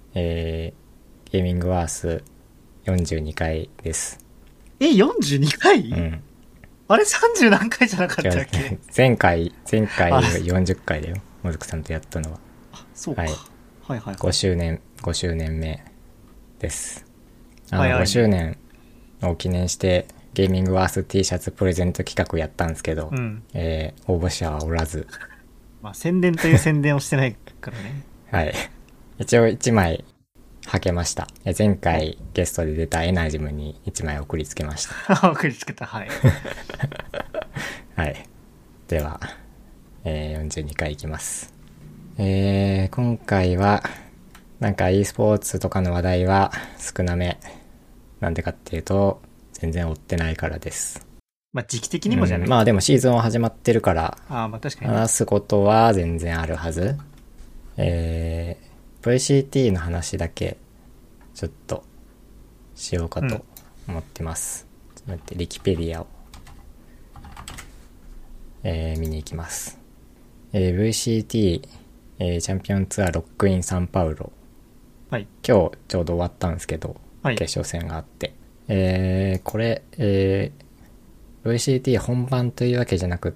ゲーミングワース42回です。 42回？ うん。 あれ30何回じゃなかったっけ？ 前回40回だよ。もずくさんとやったのは。 そうか。 はい。 はいはい。 5周年目です。5 はいはい。 周年を記念してゲーミングワース T シャツプレゼント企画やったんですけど、 うん。 応募者はおらず。 まあ宣伝という宣伝をしてないからね。 はい。一応1枚はけました。前お、 回ゲストで出たエナジムに1枚送りつけました。 送りつけた。はい。 はい。では、42回いきます。今回は、なんか e スポーツとかの話題は少なめ。なんでかっていうと、全然追ってないからです。 まあ時期的にもじゃない？ まあでもシーズンは始まってるから、 ああ、まあ確かにね。 話すことは全然あるはず。VCT の話だけ、ちょっと、しようかと思ってます。ちょっと待って、リキペディアを、見に行きます。VCT、チャンピオンツアーロックインサンパウロ。 はい。 今日ちょうど終わったんですけど、 はい。 決勝戦があって。これ、VCT 本番というわけじゃなくって、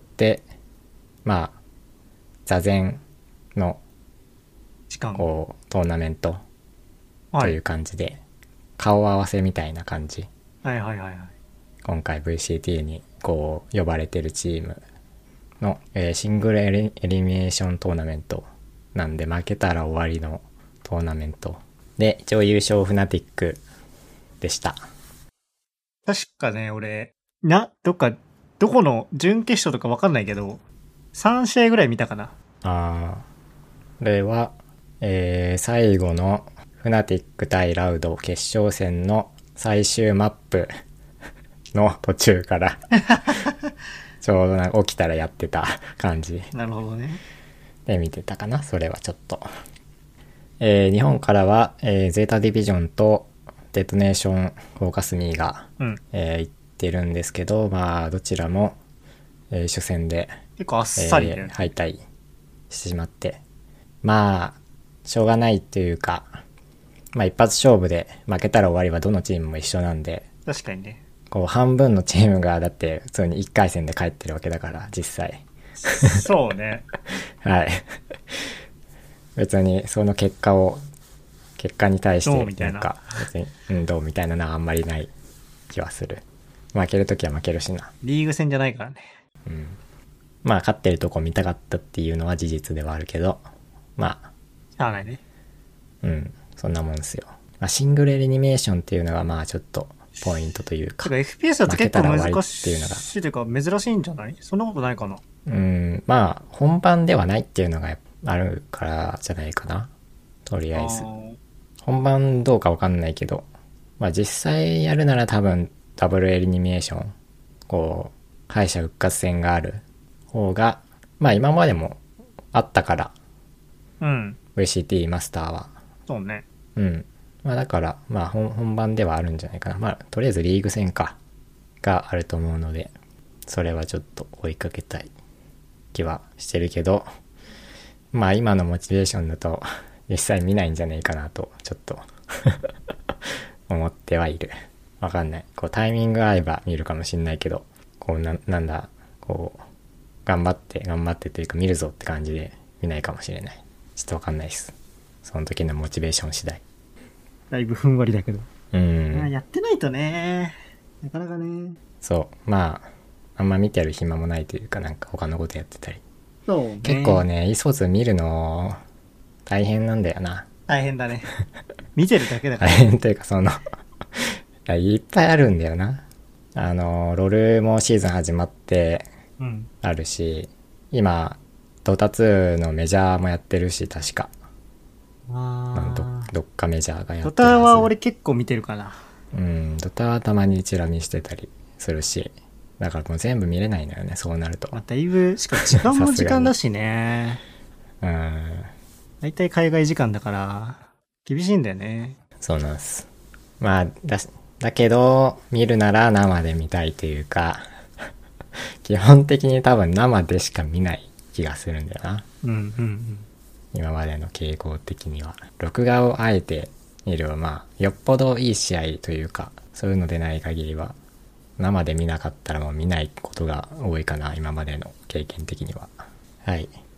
まあ、座禅の、 時間。 こう、トーナメントとはい。 いう感じで、顔合わせみたいな感じ。 はいはいはいはい。 今回 VCT にこう呼ばれてるチームの、シングルエリミネーショントーナメントなんで、負けたら終わりのトーナメントで、一応優勝フナティックでした。 確かね、俺、どこの準決勝とかわかんないけど、3試合ぐらい見たかな。 これは、最後のフナティック対ラウド決勝戦の最終マップの途中からちょうどなんか起きたらやってた感じなるほどね。 で見てたかな。それはちょっと、日本からは、ゼータディビジョンとデトネーションフォーカスミーが、 うん。 行ってるんですけど、まあどちらも、初戦で、 結構あっさりだよね。 敗退してしまって、まあしょうがないっていうか、まあ一発勝負で負けたら終わりはどのチームも一緒なんで、 確かにね。 こう半分のチームがだって普通に1回戦で帰ってるわけだから、実際。 そうね。 はい。別にその結果に対しどうてみたいな。 なんか別に、どうみたいなのはあんまりない気はする。負けるときは負けるしな。 リーグ戦じゃないからね。 まあ勝ってるとこ見たかったっていうのは事実ではあるけど、まあ、 しゃあないね。 そんなもんですよ。まあ、シングルエリニメーションっていうのがまあちょっとポイントというか、 てか FPS だと負け結構難たら終わりっていうのが、 しいというか珍しいんじゃない？そんなことないかな。 まあ本番ではないっていうのがあるからじゃないかな。とりあえず。 あ本番どうかわかんないけど、まあ実際やるなら多分ダブルエリニメーション、こう、敗者復活戦がある方が、まあ今までもあったから、 あ。うん。 VCT マスターは。 そうね。 まあだから、まあ本番ではあるんじゃないかな。まあとりあえずリーグ戦があると思うので、それはちょっと追いかけたい気はしてるけど、まあ今のモチベーションだと実際見ないんじゃないかなとちょっと思ってはいる。わかんない。こうタイミング合えば見るかもしんないけど、こうなんだ、こう頑張ってというか見るぞって感じで見ないかもしれない。ちょっとわかんないです。その時のモチベーション次第。 だいぶふんわりだけど。やってないとね。なかなかね。 そう。まあ、あんま見てる暇もないというか、なんか他のことやってたり。 そうね。 結構ね、e スポーツ見るの大変なんだよな。 大変だね。見てるだけだか大ら。 変というかいっぱいあるんだよな。ロールもシーズン始まってうん。 あるし、今、ドタ2のメジャーもやってるし、確か。どっかメジャーがやドってるはず。 タは俺結構見てるかな。 ドタはたまにチラ見してたりするし、だからもう全部見れないのよね、そうなると。 まあ、だいぶ、しかも時間も時間だしね。だいたい海外時間だから、厳しいんだよね。 そうなんです。まあ、だけど、見るなら生で見たいというか、基本的に多分生でしか見ない気がするんだよな。 うんうんうん。 今までの傾向的には。録画をあえて見るはまあ、よっぽどいい試合というか、そういうのでない限りは、生で見なかったらもう見ないことが多いかな、今までの経験的には。はい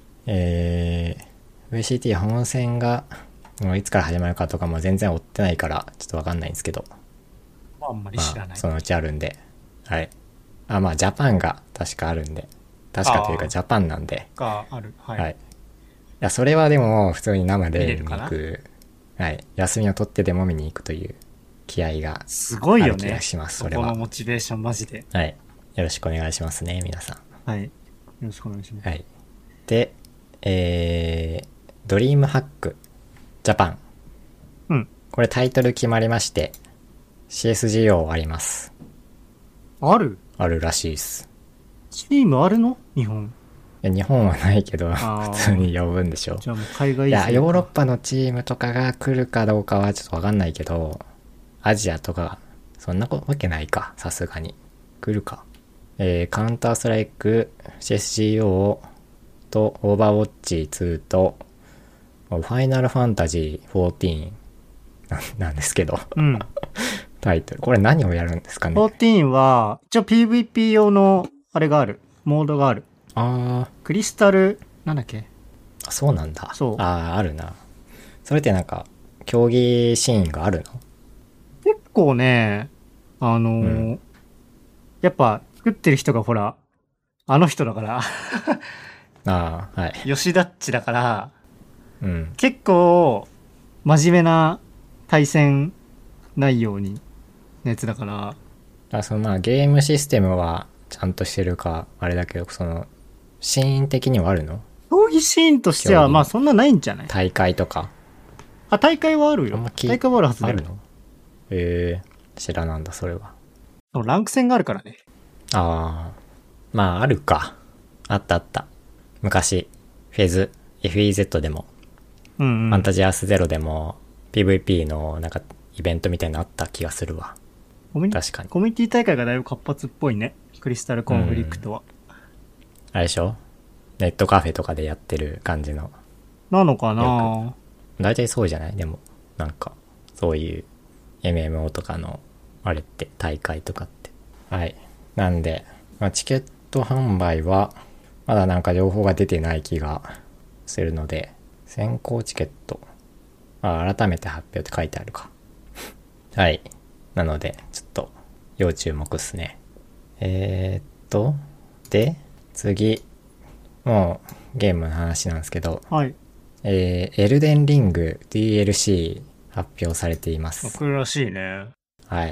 。VCT 本戦が、もういつから始まるかとかも全然追ってないから、ちょっとわかんないんですけど。 あんまり知らない。 まあ、そのうちあるんで。はい。まあ、ジャパンが確かあるんで。確かというか、ジャパンなんで。 がある。はい。 はい。いや、それはでも、普通に生で見に行見れく。はい。休みを取ってでも見に行くという気合がすごいよある気ね。 がします、 そそれは。 このモチベーションマジで。 はい。よろしくお願いしますね、皆さん。 はい。よろしくお願いします。 はい。で、ドリームハックジャパン。 うん。 これタイトル決まりまして、CSGO あります。 あるらしいです。 チームあるの日本。 いや日本はないけど、 ー普通に呼ぶんでしょ。 じゃあもう海外いや、ヨーロッパ。 パのチームとかが来るかどうかはちょっとわかんないけど、アジアとか、そんなわけないか、さすがに。来るか。カウンターストライク、CSGO と、オーバーウォッチ2と、ファイナルファンタジー14なんですけど、 うん。 タイトル。これ何をやるんですかね。 14は、一応 PVP 用の、あれがある。モードがある。クリスタル、なんだっけそうなんだ。 そうあるな。それってなんか、競技シーンがあるの？ 結構ね、やっぱ作ってる人がほら、あの人だからはい。 吉田っちだから、 うん。 結構、真面目な対戦内容に、のやつだから。 ゲームシステムはちゃんとしてるか、あれだけど、シーン的にはあるの？ 競技シーンとしては、まあそんなないんじゃない？ 大会とか。 大会はあるよ。大会はあるはずだよ。 あるの？知らなんだ、それは。 ランク戦があるからね。 まあ、あるか。あった。昔、FEZ でも、 ファファンタジアースゼロでも、PVP のなんか、イベントみたいなのあった気がするわ。確かに。 コミュニティ大会がだいぶ活発っぽいね。クリスタルコンフリクトは。 あれでしょ？ネットカフェとかでやってる感じの。 なのかな？ 大体そうじゃない？でも、なんか、そういう MMO とかの、あれって大会とかって。はい。なんで、チケット販売は、まだなんか情報が出てない気がするので、先行チケット、改めて発表って書いてあるか。はい。なので、ちょっと、要注目っすね。で、次、もうゲームの話なんですけど、 はい。 エルデンリング DLC 発表されています。 来るらしいね。 はい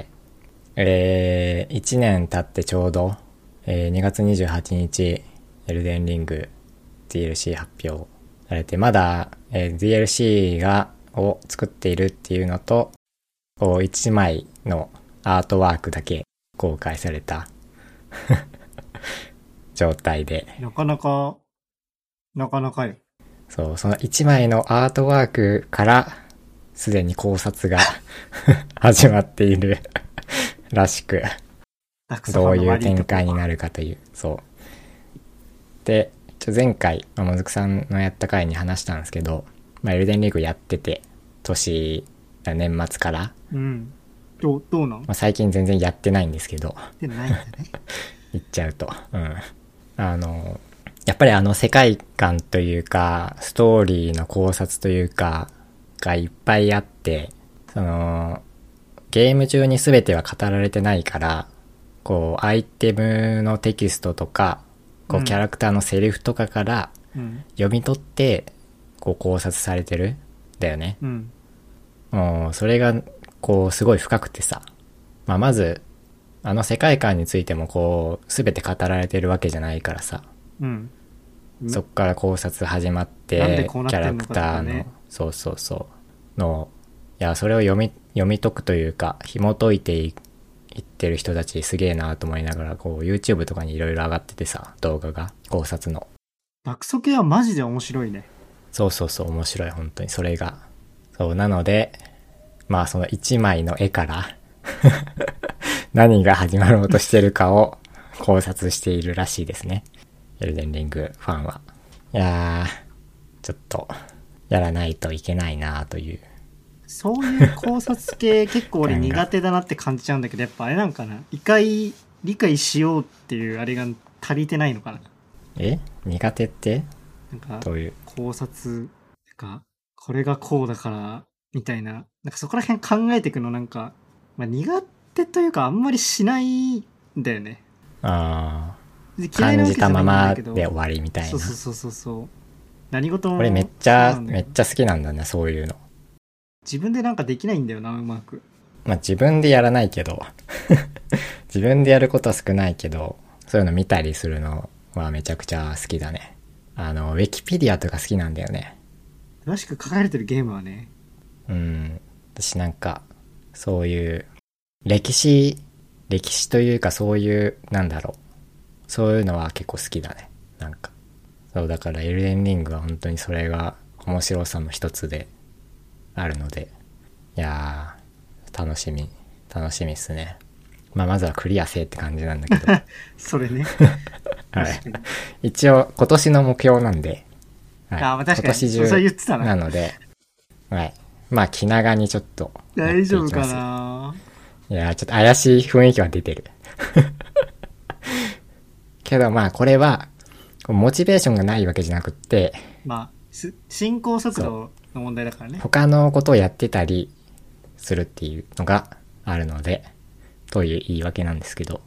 。1年経ってちょうど、2月28日、エルデンリング DLC 発表されて、まだ、DLC を作っているっていうのと、1枚のアートワークだけ公開された状態で。 なかなかよ。 そう、その1枚のアートワークからすでに考察が始まっているらしく、どういう展開になるかという。そう。で、前回、もずくさんのやった回に話したんですけど、エルデンリングやってて、年末から。 うん。どうなん？ 最近全然やってないんですけど。 やってないんだね。 言っちゃうと。うん。やっぱり世界観というか、ストーリーの考察というか、がいっぱいあって、ゲーム中に全ては語られてないから、アイテムのテキストとか、キャラクターのセリフとかから読み取って、考察されてるんだよね。もう、それが、すごい深くてさ。まず、世界観についても全て語られてるわけじゃないからさ。そっから考察始まって、キャラクターの、いや、それを読み解くというか、紐解いていってる人たちすげえなと思いながら、YouTube とかにいろいろ上がっててさ、動画が、考察の。 学祖系はマジで面白いね。 面白い、本当に、それが。なので、その1枚の絵から何が始まろうとしてるかを考察しているらしいですね。エルデンリングファンは。いやー、ちょっとやらないといけないなという。 そういう考察系結構俺苦手だなって感じちゃうんだけど、やっぱあれなんかな、一回理解しようっていうあれが足りてないのかな。 苦手ってなんかどういう？ 考察がこれがこうだからみたいな、なんかそこら辺考えていくのなんか、まあ、苦手というかあんまりしないんだよね。 ああ、 嫌いなわけじゃ感じたまないんだけど。 まで終わりみたいな。 そう。何事もこれめっちそうゃなんだけど好きなんだね、そういうの。 自分でなんかできないんだよな、うまく。 まあ自分でやらないけど自分でやることは少ないけど、そういうの見たりするのはめちゃくちゃ好きだね。ウィキペディアとか好きなんだよね。 正しく書かれてるゲームはね。 私なんかそういう歴史というか、そういうなんだろう、そういうのは結構好きだね。なんかそうだからエルデンリングは本当にそれが面白さの一つであるので、いやー楽しみっすね。まあまずはクリアせえって感じなんだけどそれね。 はい確かに。 一応今年の目標なんで、はい、 あ、まあ確かに。 今年そう言ってた中な。 なので、はい、まあ気長にちょっとやってい大丈夫かきますよ。 な。 いやーちょっと怪しい雰囲気は出てるけどまあこれはモチベーションがないわけじゃなくって、 まあ、進行速度の問題だからね。 他のことをやってたりするっていうのがあるので、という言い訳なんですけど、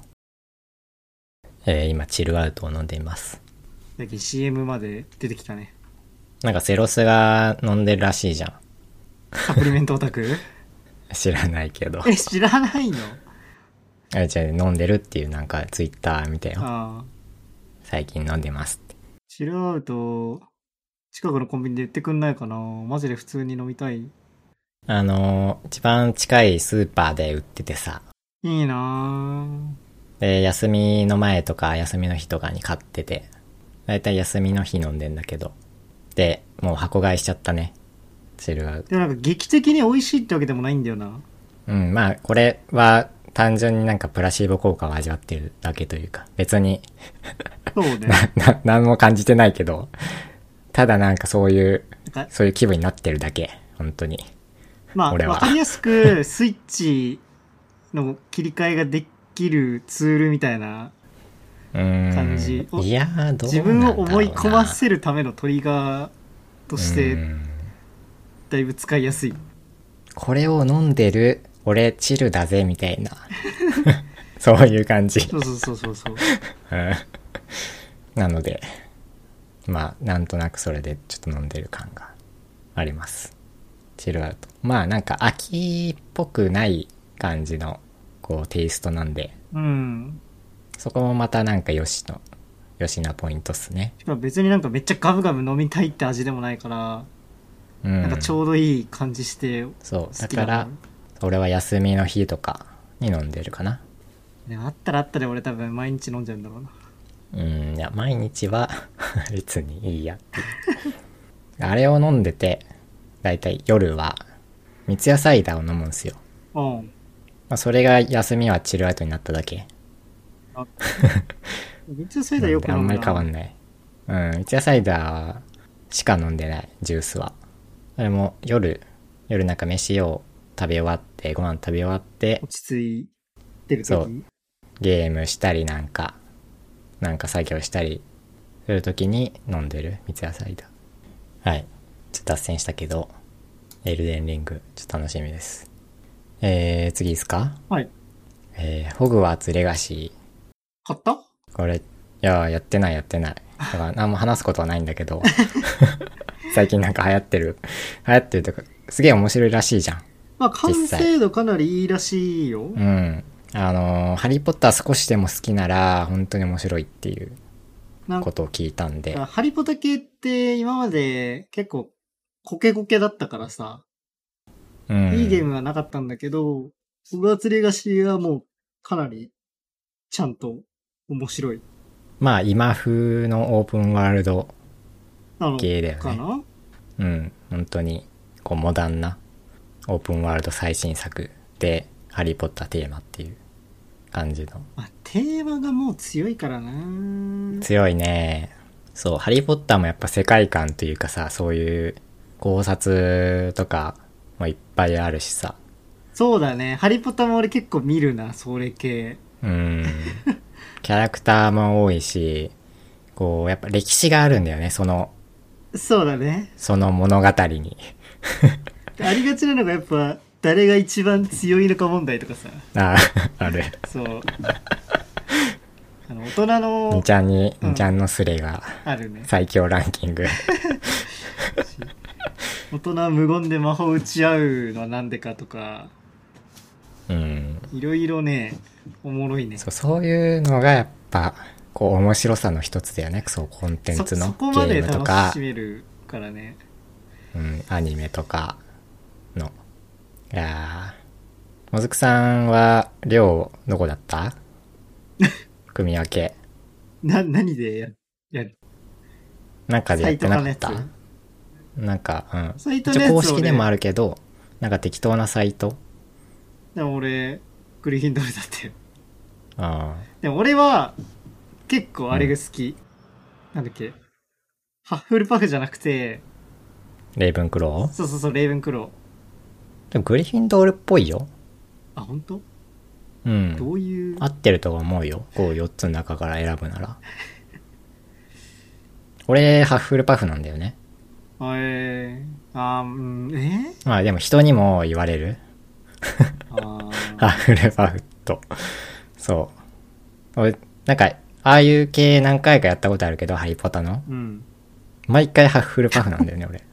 今チルアウトを飲んでいます。 だけど CM まで出てきたね。 なんかセロスが飲んでるらしいじゃん。 サプリメントオタク知らないけど知らないの？ じゃあ飲んでるっていうなんかツイッター見たよ。 ああ。 最近飲んでますって。 チルアウト、近くのコンビニで売ってくんないかな。マジで普通に飲みたい。 一番近いスーパーで売っててさ。 いいなぁ。 で、休みの前とか休みの日とかに買ってて、だいたい休みの日飲んでんだけど、で、もう箱買いしちゃったね。チルアウト。 でもなんか劇的に美味しいってわけでもないんだよな。 まあこれは単純になんかプラシーボ効果を味わってるだけというか、別にそうね。 何も感じてないけど、ただなんかそういうなんか気分になってるだけ、本当に。 まあ、 俺はわかりやすくスイッチの切り替えができるツールみたいな感じをいやー、どうなんだろうな。 自分を思い込ませるためのトリガーとしてだいぶ使いやすい。 これを飲んでる俺チルだぜみたいなそういう感じ。 そう。 なのでまあなんとなくそれでちょっと飲んでる感があります。チルアウト。まあなんか秋っぽくない感じのこうテイストなんで、そこもまたなんかよしなポイントっすね。 しかも別になんかめっちゃガブガブ飲みたいって味でもないから、なんかちょうどいい感じしてそうだから俺は休みの日とかに飲んでるかな。 でもあったらで俺多分毎日飲んじゃうんだろうな。 いや毎日は別にいいやっていうあれを飲んでて、だいたい夜は三ツ矢サイダーを飲むんですよ。まあ、それが休みはチルアウトになっただけ。 三ツ矢サイダーよく飲むな。 あんまり変わんない。三ツ矢サイダーしか飲んでない、ジュースは。あれも夜なんか飯を食べ終わって、ご飯食べ終わって、 落ち着いてる時。 そう、ゲームしたりなんか作業したりするときに飲んでる三ツ矢サイダー。はい。ちょっと脱線したけど、エルデンリング、ちょっと楽しみです。次ですか？ はい。 ホグワーツレガシー。買った？ これ、いや、やってない。だから何も話すことはないんだけど、最近なんか流行ってるとか、すげえ面白いらしいじゃん。 まあ、完成度かなりいいらしいよ。 ハリーポッター少しでも好きなら、本当に面白いっていうことを聞いたんで。 ハリポタ系って今まで結構コケコケだったからさ、いいゲームはなかったんだけど、ホグワーツレガシーはもうかなりちゃんと面白い。 まあ今風のオープンワールド系だよね。 かな？ 本当にこうモダンなオープンワールド最新作でハリーポッターテーマっていう感じの。 テーマがもう強いからな。 強いね。そう、ハリーポッターもやっぱ世界観というかさ、そういう考察とかもいっぱいあるしさ。 そうだね。ハリポタも俺結構見るな、それ系。 キャラクターも多いし、こう、やっぱ歴史があるんだよね、 そうだね。 その物語に。 ありがちなのがやっぱ、誰が一番強いのか問題とかさ。 ある。 そう。大人の、 2ちゃんのスレが、 あるね。 最強ランキング。 大人は無言で魔法打ち合うのはなんでかとか、いろいろね、おもろいね。 そういうのがやっぱ、こう面白さの一つだよね。そうコンテンツのそこまでゲームとか楽しめるからね。 アニメとかの。いやー、もずくさんは寮どこだった？組み分け。 何でやる？ なんかでやってなかった？なんか、一応公式でもあるけど、なんか適当なサイト？ でも俺、グリフィンドールだったよ。 ああ。 でも俺は、結構あれが好き。なんだっけ。ハッフルパフじゃなくて、 レイブンクロー？ そう、レイブンクロー。でもグリフィンドールっぽいよ。 あ、本当？ どういう？ 合ってると思うよ。こう4つの中から選ぶなら。俺、ハッフルパフなんだよね。 まあでも人にも言われる。ハッフルパフと。そう。俺、なんか、ああいう系何回かやったことあるけど、ハリポタの。毎回ハッフルパフなんだよね、俺。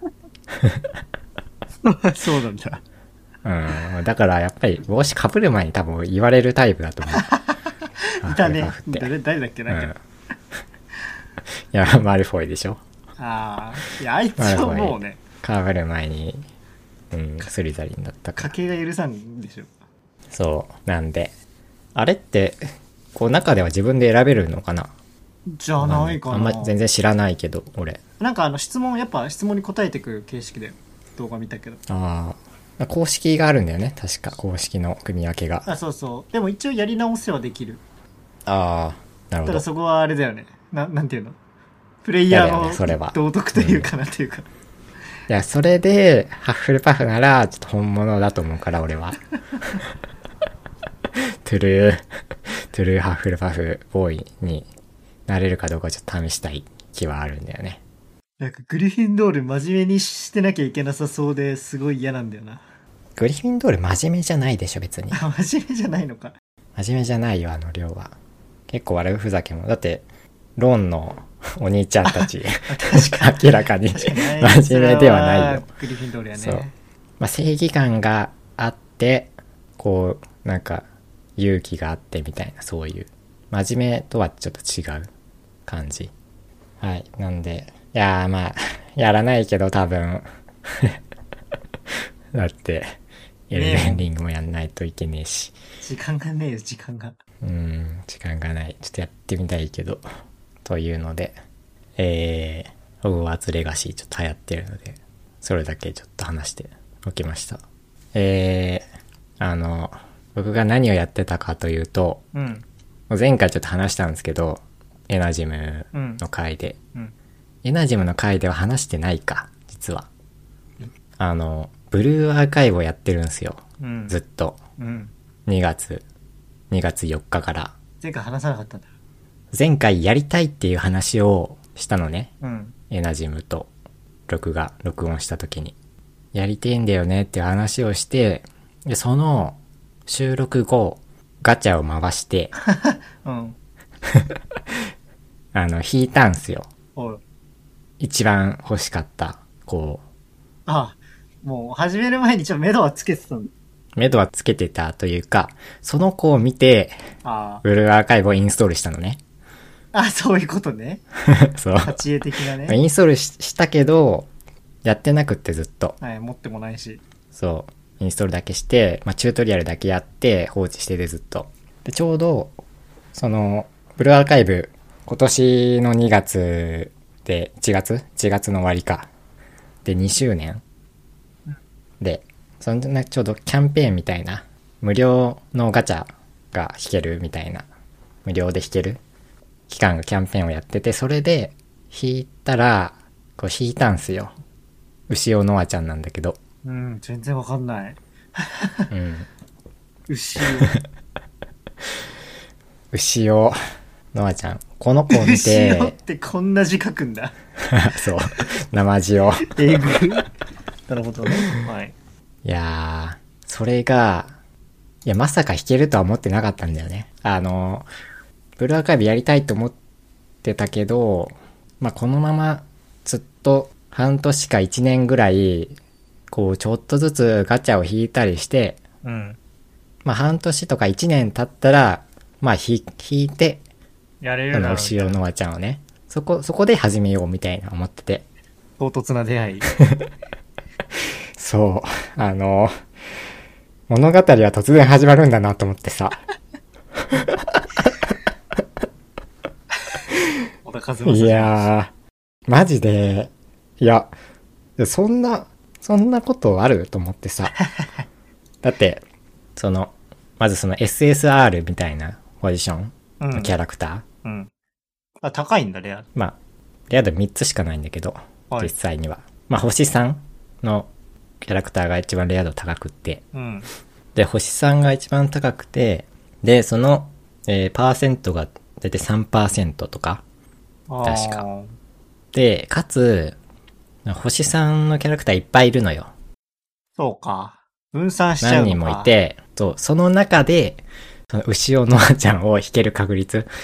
そうなんだ。 だからやっぱり帽子被る前に多分言われるタイプだと思う。 いたね。誰だっけなんか。 いや、マルフォイでしょ。 いや、あいつはもうね。 被る前に、スリザリンだったから。 家計が許さんでしょ。 そう。なんで、あれって、こう中では自分で選べるのかな？ じゃないかな。 あんま全然知らないけど、俺。 なんか質問に答えてく形式で動画見たけど。 公式があるんだよね。確か、公式の組み分けが。 そう。でも一応やり直せはできる。 なるほど。 ただそこはあれだよね。なんていうの？プレイヤーの道徳というかなっていうか。 いや、それで、ハッフルパフなら、ちょっと本物だと思うから、俺は。トゥルーハッフルパフボーイになれるかどうかちょっと試したい気はあるんだよね。 なんかグリフィンドール真面目にしてなきゃいけなさそうですごい嫌なんだよな。 グリフィンドール真面目じゃないでしょ、別に。 真面目じゃないのか。 真面目じゃないよ、寮は。結構悪ふざけも。だって、ロンのお兄ちゃんたち、明らかに真面目ではないよ。 グリフィンドールやね。 そう。正義感があって、こう、なんか、勇気があってみたいな、そういう。真面目とはちょっと違う感じ。はい。なんで、いやーやらないけど多分。だって、エルデンリングもやんないといけねえし。 時間がねえよ、時間が。 時間がない。ちょっとやってみたいけど。というので、ホグワーツレガシーちょっと流行ってるので、それだけちょっと話しておきました。僕が何をやってたかというと、前回ちょっと話したんですけど、エナジムの回で。エナジムの回では話してないか、実は。ブルーアーカイブをやってるんですよ。ずっと。2月4日から。 前回話さなかったんだ。 前回やりたいっていう話をしたのね。エナジムと録音した時に。やりてえんだよねっていう話をして、で、その収録後、ガチャを回して、引いたんすよ。一番欲しかった、こう。 もう始める前に目処はつけてたんだ。 目処はつけてたというか、その子を見て、ブルーアーカイブをインストールしたのね。 そういうことね。 そう。 立ち絵的なね。 インストールしたけど、やってなくってずっと。 持ってもないし。 そう。インストールだけして、チュートリアルだけやって放置しててずっと。で、ちょうど、ブルーアーカイブ、今年の2月で、1月の終わりか。で、2周年で、ちょうどキャンペーンみたいな、無料のガチャが引けるみたいな、無料で引ける期間がキャンペーンをやってて、それで引いたら、引いたんすよ。 牛尾ノアちゃんなんだけど。 うん、全然わかんない。 うん。 牛牛尾ノアちゃん。この子を見牛尾て、 ってこんな字書くんだ。 そう。生字を。 英語。なるほどね。はい。 いやー、それが、いや、まさか弾けるとは思ってなかったんだよね。ブルーアーカイブやりたいと思ってたけど、まあ、このままずっと半年か1年ぐらい、こう、ちょっとずつガチャを引いたりして、 うん。 まあ、半年とか1年経ったら、まあ、引いて、 やれるな。 牛尾ノアちゃんをね、そこで始めようみたいな思ってて。 唐突な出会い。 そう、物語は突然始まるんだなと思ってさ。いやー、マジで、いや、そんなことあると思ってさ。だって、まずその SSR みたいなポジションのキャラクター。 うん。あ、高いんだ、レア。 まあ、レア度3つしかないんだけど、実際には。まあ、星3のキャラクターが一番レア度高くって。 うん。 で、星3が一番高くて、で、その、パーセントがだいたい 3% とか。確か。で、かつ、星3のキャラクターいっぱいいるのよ。 そうか。分散しちゃうのか。 何人もいて、その中で、その牛尾ノアちゃんを弾ける確率、だから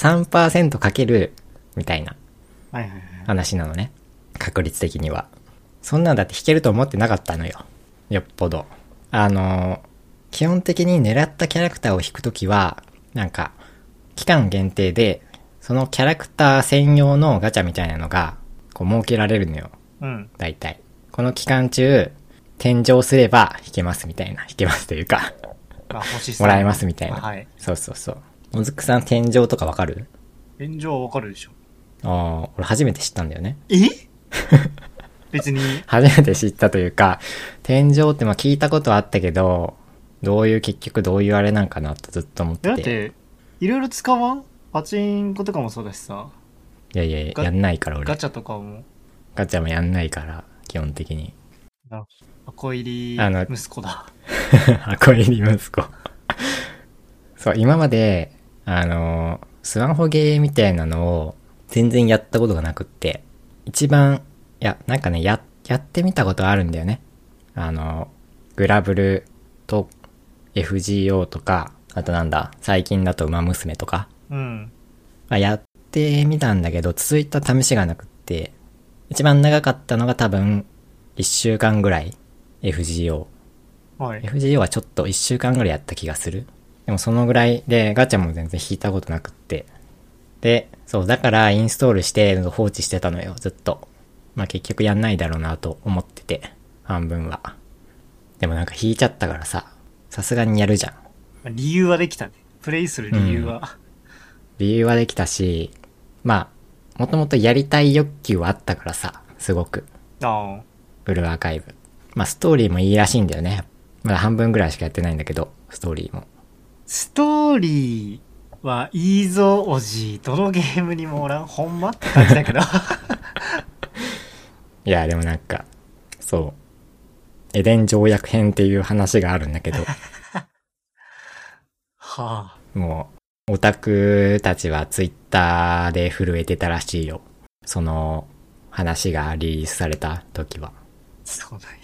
3% かける、みたいな話なのね。確率的には。そんなんだって弾けると思ってなかったのよ。よっぽど。基本的に狙ったキャラクターを弾くときは、なんか、期間限定で、そのキャラクター専用のガチャみたいなのが、こう設けられるのよ。 うん。 大体。この期間中、転生すれば弾けますみたいな。弾けますというかもらえますみたいな。 はい。 そうそうそう。もずくさん転生とかわかる？ 転生はわかるでしょ。 ああ、俺初めて知ったんだよね。 別に。 初めて知ったというか、転生ってまあ聞いたことはあったけど、結局どういうあれなんかなとずっと思ってて。 だって、いろいろ使わん？パチンコとかもそうだしさ。 いやいや、やんないから俺。 ガチャとかも。 ガチャもやんないから、基本的に。 箱入り息子だ。 箱入り息子。そう、今まで、スマホゲーみたいなのを全然やったことがなくって、一番、いや、なんかね、やってみたことあるんだよね。グラブルと FGO とか、あとなんだ、最近だと馬娘とか。 うん。 まあ、やってみたんだけど、続いた試しがなくって、一番長かったのが多分、1週間ぐらい、FGO。 はい。 FGO はちょっと1週間ぐらいやった気がする。でもそのぐらいで、ガチャも全然引いたことなくって。で、そう、だからインストールして放置してたのよ、ずっと。まあ結局やんないだろうなと思ってて、半分は。でもなんか引いちゃったからさ、さすがにやるじゃん。 理由はできたね。プレイする理由は。 理由はできたし、まあ、もともとやりたい欲求はあったからさ、すごく。ブルーアーカイブ。まあストーリーもいいらしいんだよね。まだ半分ぐらいしかやってないんだけど、ストーリーも。 ストーリーはいいぞ、おじ。どのゲームにもおらん。ほんまって感じだけど。 いや、でもなんか、そう。エデン条約編っていう話があるんだけど。 はあ。 もう、オタクたちはツイッターで震えてたらしいよ。その話がリリースされた時は。 そうなんや。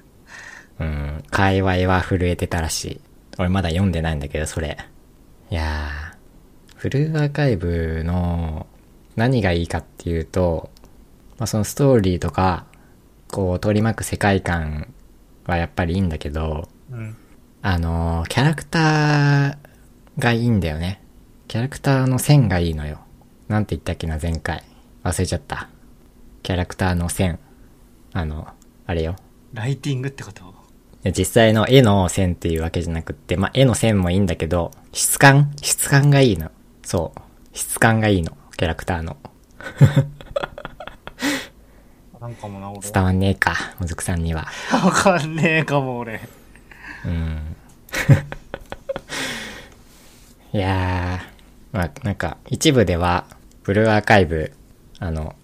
界隈は震えてたらしい。俺まだ読んでないんだけど、それ。いやー、ブルーアーカイブの何がいいかっていうと、まあ、そのストーリーとか、こう取り巻く世界観はやっぱりいいんだけど、 うん、 キャラクターがいいんだよね。キャラクターの線がいいのよ。なんて言ったっけな、前回。忘れちゃった。キャラクターの線。あれよ。 ライティングってこと？ 実際の絵の線っていうわけじゃなくって、まあ、絵の線もいいんだけど、質感がいいの。そう。質感がいいの。キャラクターの。 なんかもな、俺。 伝わんねえか、もずくさんには。 わかんねえかも、俺。 いやー、まあ、なんか、一部では、ブルーアーカイブ、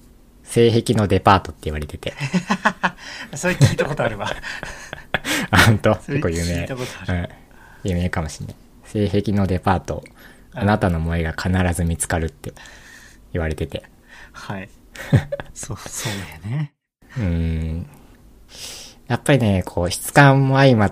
性癖のデパートって言われてて。 それ聞いたことあるわ。 あ、ほんと結構有名。 聞いたことある。 うん。有名かもしんない。性癖のデパート、あなたの萌えが必ず見つかるって言われてて。 はい。そうだよね。 やっぱりね、こう、質感も相まって、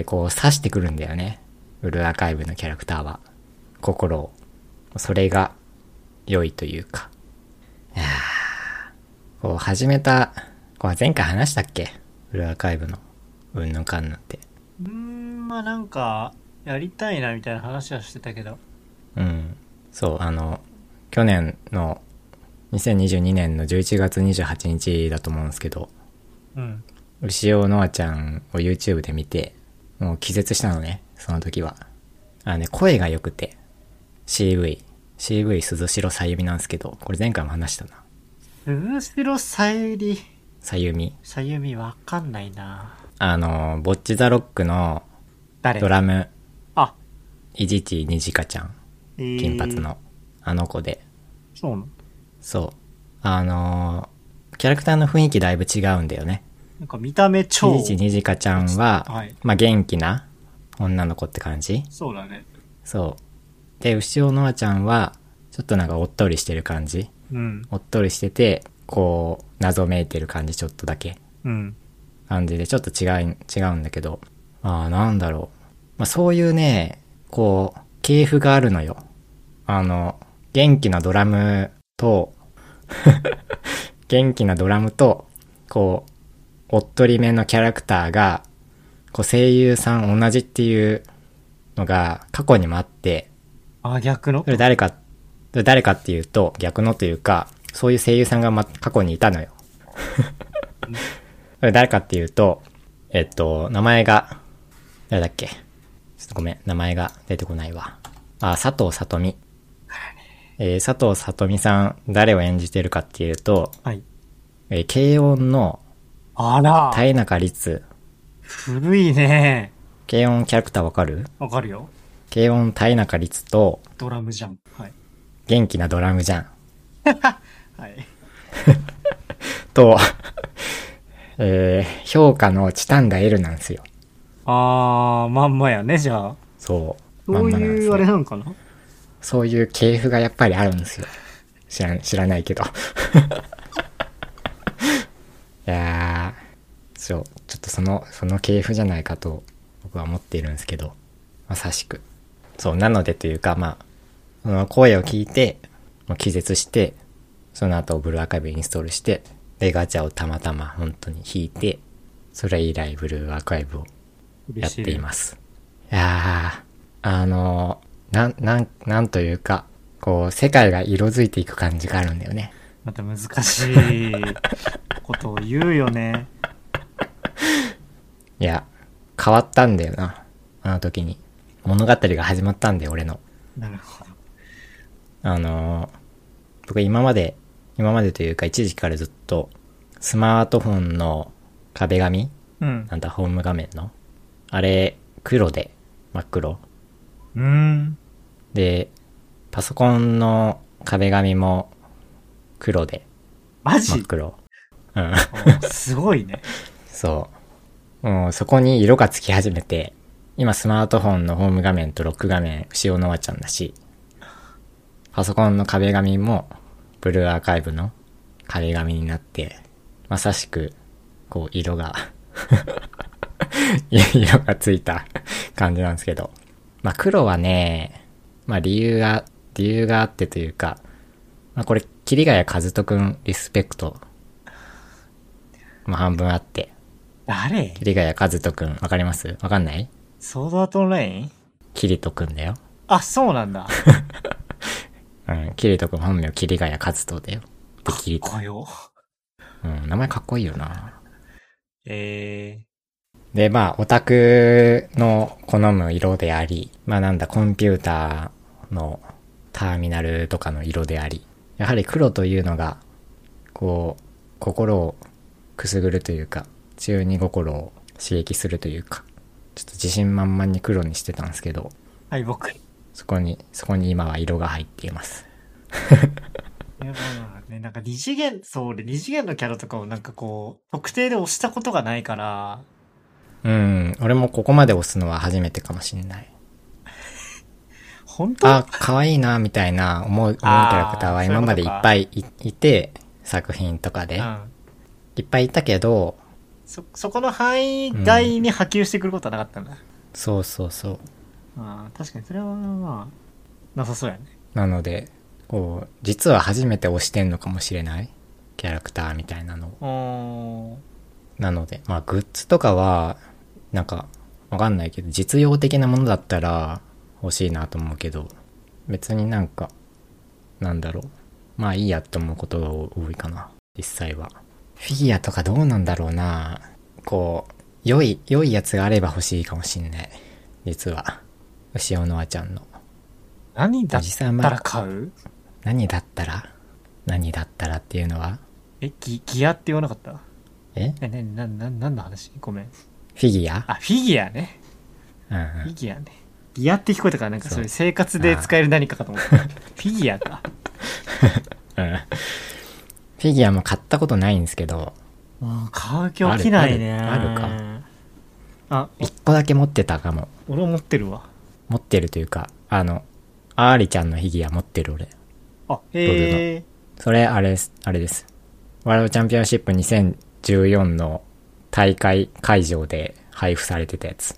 こう、刺してくるんだよね。ブルーアーカイブのキャラクターは。心を。それが、良いというか。いやー、こう、始めた、こう、前回話したっけ？ブルーアーカイブの、うんぬんかんぬんって。 まあなんか、やりたいなみたいな話はしてたけど。 うん。そう、去年の、2022年の11月28日だと思うんですけど、 うん。 牛尾のあちゃんを YouTube で見て、もう気絶したのね、その時は。声が良くて、CV 鈴代さゆみなんですけど、これ前回も話したな。 鈴代さゆり。 さゆみ。 さゆみわかんないな。 ボッチザロックのドラム、 あ、 いじちにじかちゃん。金髪の、あの子で。 そうなの？ そう。キャラクターの雰囲気だいぶ違うんだよね。 なんか見た目超。 いじちにじかちゃんは、 はい、 まあ元気な女の子って感じ？ そうだね。 そう。で、牛尾のあちゃんは、ちょっとなんかおっとりしてる感じ。 うん。 おっとりしてて、こう、謎めいてる感じちょっとだけ。 うん。 感じで、ちょっと違うんだけど。なんだろう。まあそういうね、こう、系譜があるのよ。元気なドラムと、元気なドラムと、こう、おっとりめのキャラクターが、こう声優さん同じっていうのが過去にもあって、 逆の？ それ誰かっていうと、逆のというか、そういう声優さんが過去にいたのよ。それ誰かっていうと、名前が、誰だっけ？ちょっとごめん、名前が出てこないわ。佐藤さとみ。佐藤さとみさん、誰を演じてるかっていうと、 はい。 軽音の、田中律。 古いね。 軽音キャラクターわかる？ わかるよ。 軽音田中律と、 ドラムじゃん。はい。 元気なドラムじゃん。 はい。 と、評価のチタンダ L なんですよ。 まんまやね、じゃあ。 そう。 そういうあれなんかな？ そういう系譜がやっぱりあるんですよ。知らないけど。いやー、ちょっとその系譜じゃないかと僕は思っているんですけど、まさしく。そう、なのでというか、まあ、その声を聞いて、もう気絶して、その後ブルーアーカイブインストールして、で、ガチャをたまたま本当に引いて、それ以来ブルーアーカイブをやっています。いやー、なんというか、こう、世界が色づいていく感じがあるんだよね。 また難しいことを言うよね。 いや、変わったんだよな。あの時に。物語が始まったんだよ、俺の。 なるほど。僕今までというか一時期からずっと、スマートフォンの壁紙、なんだ、ホーム画面の。あれ、黒で、真っ黒。で、パソコンの壁紙も黒で。 マジ？ 真っ黒。うん。 すごいね。 そう。もうそこに色がつき始めて、今スマートフォンのホーム画面とロック画面、牛尾のわちゃんだし、パソコンの壁紙もブルーアーカイブの壁紙になって、まさしく、こう色がついた感じなんですけど。まあ黒はね、まあ理由があってというか、まあこれ、桐ヶ谷和人くんリスペクト、まあ半分あって。 誰？ 桐ヶ谷和人くん、わかります？わかんない？ ソードアートオンライン？ キリトくんだよ。 そうなんだ。 うん、キリトくん本名桐ヶ谷和人だよ。で、キリト。 かっこよ。 うん、名前かっこいいよな。 で、 まあ、オタクの好む色であり、まあなんだ、コンピューターのターミナルとかの色であり、やはり黒というのが、こう、心をくすぐるというか、中二心を刺激するというか、ちょっと自信満々に黒にしてたんですけど、 はい、僕。 そこに今は色が入っています。 いや、 ね、なんか二次元、そう、俺二次元のキャラとかをなんかこう、特定で押したことがないから。 俺もここまで押すのは初めてかもしれない。 本当？ あ、可愛いな、みたいな思うキャラクターは今までいっぱい いて、作品とかで、いっぱいいたけど、 そこの範囲外に波及してくることはなかったんだ。 そうそうそう。 確かにそれはまあ、なさそうやね。 なので、こう、実は初めて押してんのかもしれないキャラクターみたいなのを。なので、まあグッズとかは、なんか、わかんないけど、実用的なものだったら欲しいなと思うけど、別になんか、なんだろう。まあいいやと思うことが多いかな、実際は。フィギュアとかどうなんだろうな。こう、良いやつがあれば欲しいかもしんない。実は。牛尾のあちゃんの。 何だったら買う？ 何だったらっていうのはギアって言わなかった？何の話？ごめん。 フィギュア？ フィギュアね。フィギュアね。ギアって聞こえたからなんかそういう生活で使える何かかと思った。フィギュアか。 フィギュアも買ったことないんですけど。 買う気起きないね。 あるか。一個だけ持ってたかも。 俺も持ってるわ。 持ってるというか、アーリちゃんのフィギュア持ってる俺。 へえ。 それ、あれです。ワールドチャンピオンシップ2014の大会会場で配布されてたやつ。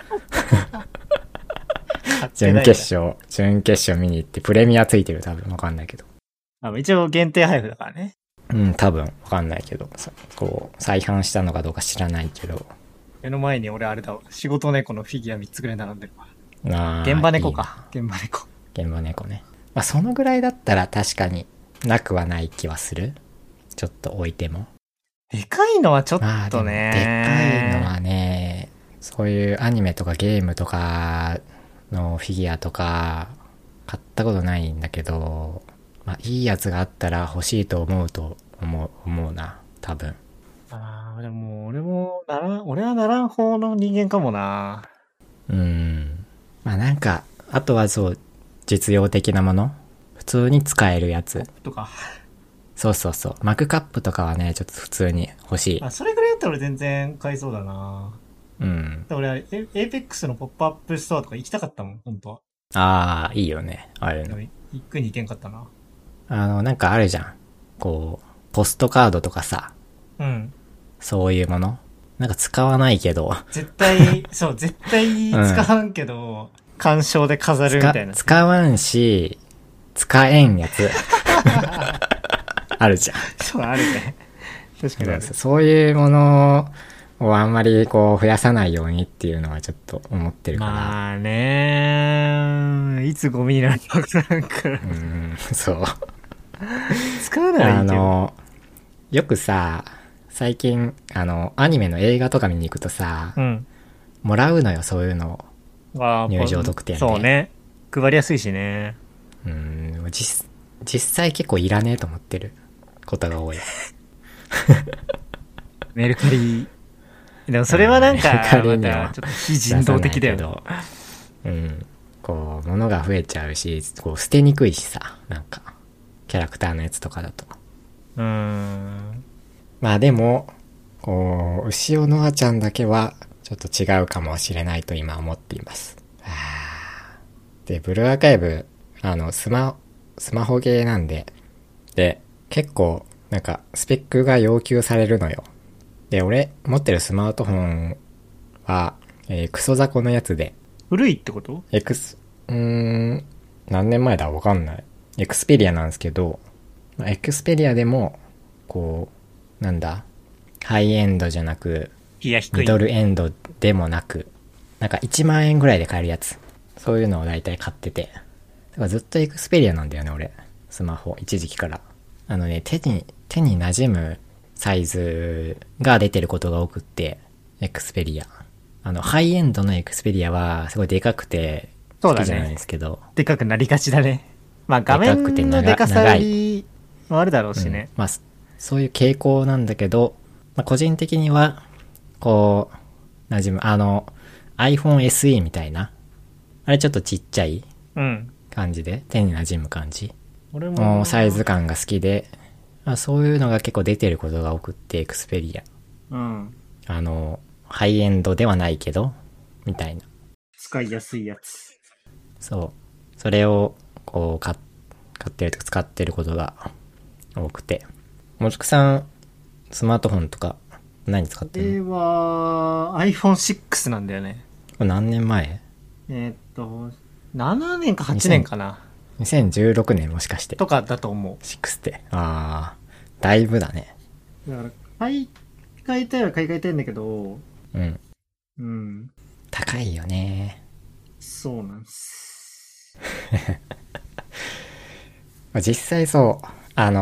準決勝見に行ってプレミアついてる、多分わかんないけど。 一応限定配布だからね。 多分わかんないけど、こう、再販したのかどうか知らないけど。 目の前に俺あれだわ。仕事猫のフィギュア3つぐらい並んでるわ。現場猫か。現場猫ね。まあそのぐらいだったら確かになくはない気はする。ちょっと置いても。 でかいのはちょっとね。 でかいのはね、そういうアニメとかゲームとかのフィギュアとか買ったことないんだけど、まあいいやつがあったら欲しいと思うな、多分。 でも俺はならん方の人間かもな。 まあなんか、あとはそう、実用的なもの？普通に使えるやつ。 とか。 そう。マグカップとかはね、ちょっと普通に欲しい。 それぐらいだったら俺全然買いそうだな。俺はエーペックスのポップアップストアとか行きたかったもん、本当は。 いいよね。あれの。 行くに行けんかったな。 なんかあるじゃん。こう、ポストカードとかさ。そういうもの。なんか使わないけど。 絶対使わんけど、鑑賞で飾るみたいな。 使わんし、使えんやつ。あるじゃん。 そう、あるね。確かに。 そういうものをあんまりこう増やさないようにっていうのはちょっと思ってるから。 まあね、いつゴミになるかわからんから。 そう。 使わないけど。 よくさ、最近、アニメの映画とか見に行くとさ、もらうのよ、そういうのを。入場特典で。 そうね。配りやすいしね。 実際結構いらねえと思ってることが多い。 メルカリ。でもそれはなんか、またちょっと非人道的だよね。 こう、物が増えちゃうし、こう、捨てにくいしさ、なんか、キャラクターのやつとかだと。まあでも、こう、牛尾のあちゃんだけは、ちょっと違うかもしれないと今思っています。で、ブルーアーカイブ、スマホゲーなんで、で、結構、なんか、スペックが要求されるのよ。で、俺、持ってるスマートフォンは、クソ雑魚のやつで。 古いってこと？ 何年前だわかんない。エクスペリアなんですけど、エクスペリアでも、こう、なんだ、ハイエンドじゃなく、ミドルエンドでもなく、なんか1万円ぐらいで買えるやつ。そういうのを大体買ってて。だからずっとエクスペリアなんだよね、俺。スマホ、一時期から。手に馴染むサイズが出てることが多くって、エクスペリア。ハイエンドのエクスペリアはすごいでかくて好きじゃないですけど。 でかくなりがちだね。まあ画面のでかさもあるだろうしね。 まあ、そういう傾向なんだけど、まあ個人的には、こう、馴染む。iPhone SE みたいな。あれちょっとちっちゃい感じで、手に馴染む感じ。俺もサイズ感が好きで、 まあ、そういうのが結構出てることが多くって、エクスペリア。 うん。 ハイエンドではないけど、みたいな。 使いやすいやつ。 そう。それを、こう、買ってるとか使ってることが多くて。もちくさん、スマートフォンとか何使ってるの？ これは iPhone6 なんだよね。 これ何年前？ 7年か8年かな。 2016年もしかして。 とかだと思う。 6って。ああ、だいぶだね。 だから、買い替えたいは買い替えたいんだけど、 うん。 うん。 高いよね。 そうなんです。 実際そう、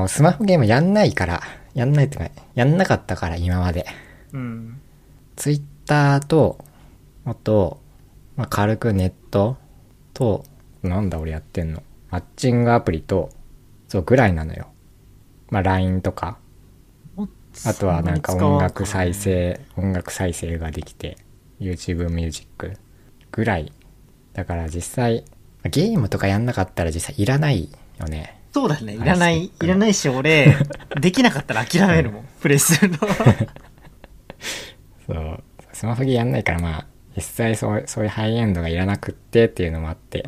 スマホゲームやんないから、やんないってか、やんなかったから今まで。 うん。 ツイッターと、あと、まあ、軽くネットと、なんだ俺やってんの。マッチングアプリと、そうぐらいなのよ。まあ、LINE とか。あとはなんか音楽再生ができて、YouTube ミュージックぐらい。だから実際、ゲームとかやんなかったら実際いらないよね。 そうだね。いらないし、俺、できなかったら諦めるもん。プレイするの。 そう。スマホゲーやんないからまあ、実際そういうハイエンドがいらなくってっていうのもあって。 うん。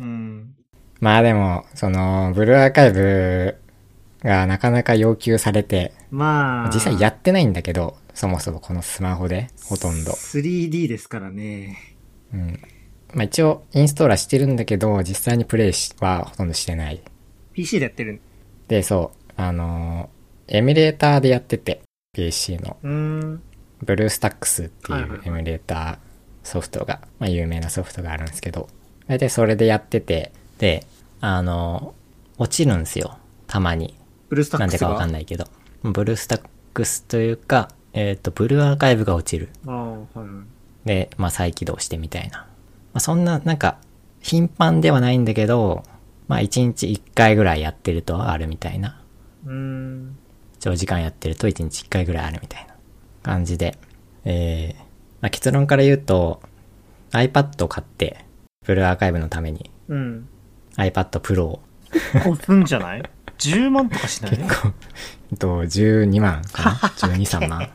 まあでも、ブルーアーカイブがなかなか要求されて、 まあ。 実際やってないんだけど、そもそもこのスマホで、ほとんど。 3D ですからね。 うん。まあ一応、インストーラーしてるんだけど、実際にプレイはほとんどしてない。 PC でやってる。 で、そう、エミュレーターでやってて、PC の。ブルースタックスっていうエミュレーターソフトが、まあ有名なソフトがあるんですけど、大体それでやってて、で、落ちるんですよ。たまに。 ブルースタックスがなんでかわかんないけど。ブルースタックスというか、ブルーアーカイブが落ちる。で、まあ再起動してみたいな。まあそんな、なんか、頻繁ではないんだけど、まあ1日1回ぐらいやってるとあるみたいな。長時間やってると1日1回ぐらいあるみたいな感じで。まあ結論から言うと、iPad を買って、ブルーアーカイブのために。iPad Pro を。 結構すんじゃない ?10 万とかしない？ 結構、12万かな ?12、3万。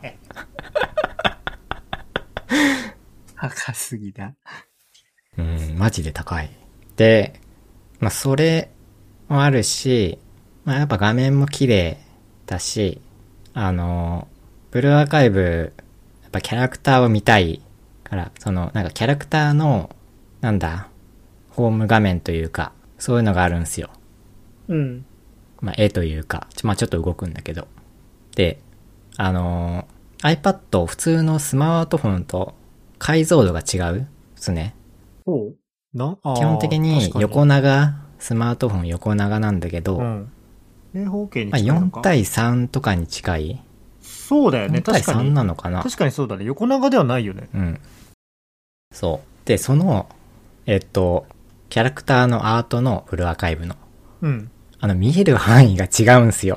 高すぎだ。 うん、マジで高い。で、まあそれもあるし、まあやっぱ画面も綺麗だし、ブルーアーカイブ、やっぱキャラクターを見たいから、なんかキャラクターの、なんだ、ホーム画面というか、そういうのがあるんですよ。 うん。 まあ絵というか、まあちょっと動くんだけど。で、iPad 普通のスマートフォンと解像度が違うですね。基本的に横長、スマートフォン横長なんだけど、 正方形に近いのか。 4対3とかに近い。 そうだよね。 4対3なのかな。 確かにそうだね。横長ではないよね。 うん。そう。で、キャラクターのアートのフルアーカイブの。 うん。 見える範囲が違うんすよ。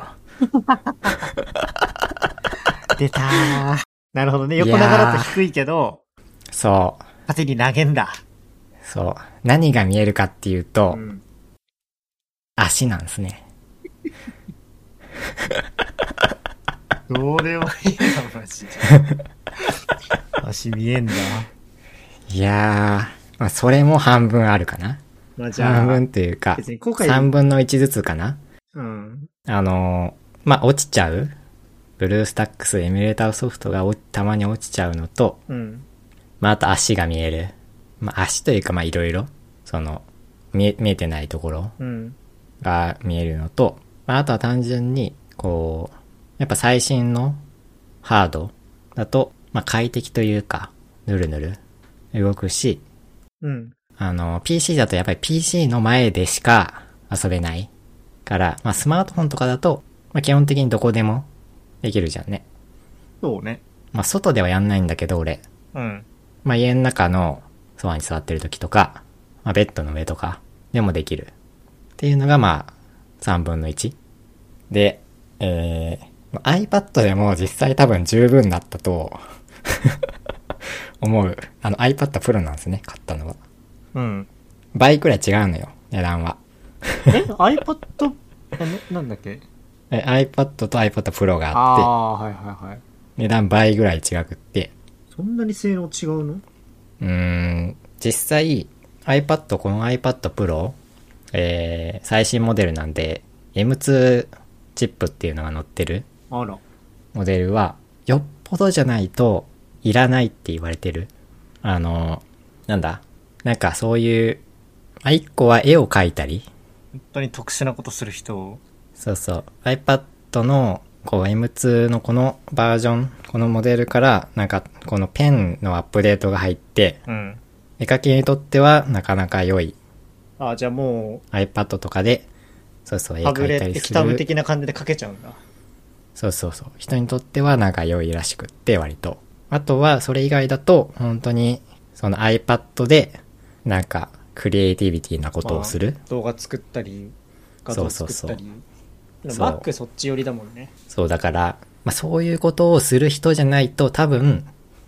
出たー。なるほどね。横長だと低いけど。 そう。 縦に投げんだ。 そう。何が見えるかっていうと、足なんですね。 どれはいいな、マジで。足見えんだ。 いやー、まあ、それも半分あるかな。 まあ、じゃあ半分っていうか、3分の1ずつかな。まあ、落ちちゃう。ブルースタックスエミュレーターソフトがたまに落ちちゃうのと、まあ、あと足が見える。まあ、足というか、まあ、いろいろ、見えてないところが見えるのと、まあ、あとは単純に、やっぱ最新のハードだと、まあ、快適というか、ぬるぬる動くし、PC だとやっぱり PC の前でしか遊べないから、まあ、スマートフォンとかだと、まあ、基本的にどこでもできるじゃんね。 そうね。 まあ、外ではやんないんだけど、俺。まあ、家の中のソファに座ってる時とか、まあ、ベッドの上とかでもできる。っていうのが、まあ、3分の1。で、iPad でも実際多分十分だったと思う。iPad Pro なんですね、買ったのは。倍くらい違うのよ、値段は。 iPad、なんだっけ iPad と iPad Pro がああって、 あ、はいはいはい。 値段倍ぐらい違くって、 そんなに性能違うの？ 実際 この iPad Pro、最新モデルなんで M2 チップっていうのが載ってるあら。 モデルはよっぽどじゃないといらないって言われてる。なんだ、なんかそういう、一個は絵を描いたり、 本当に特殊なことする人を。 そうそう、iPad のこう M2 のこのバージョン、このモデルからなんかこのペンのアップデートが入って、 うん。 絵描きにとってはなかなか良い。 あ、じゃあも iPad とかで、そうそう、 う、 絵タブレ描いたりすットキタブる。 的な感じで書けちゃうんだ。 そうそうそう。人にとってはなんか良いらしくって割と。あとはそれ以外だと本当にその iPad でなんかクリエイティビティなことをする。 まあ動画作ったり、画像作ったり。 そう Mac そっち寄りだもんね。 そうだから、まあそういうことをする人じゃないと多分、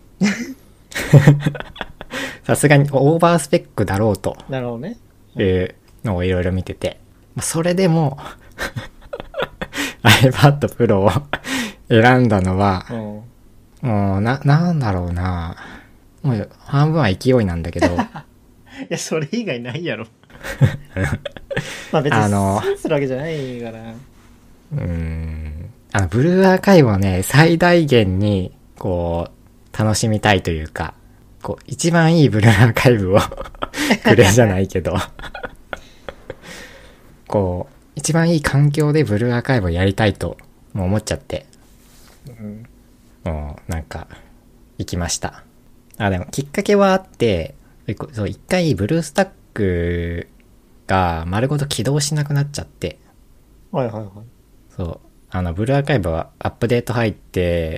さすがにオーバースペックだろうとなるほどね。 いうのをいろいろ見てて、まあそれでもiPad Pro を選んだのは、 うん。 もうなんだろうな。もう半分は勢いなんだけど、 いや、それ以外ないやろ。まあ別に、損するわけじゃないから。 ブルーアーカイブをね、最大限に、こう、楽しみたいというか、こう、一番いいブルーアーカイブをくれじゃないけど、こう、一番いい環境でブルーアーカイブをやりたいと、もう思っちゃって、もう、なんか、行きました。あ、でも、きっかけはあって、そう、一回、ブルースタックが丸ごと起動しなくなっちゃって、 はいはいはい。 そう。ブルーアーカイブはアップデート入って、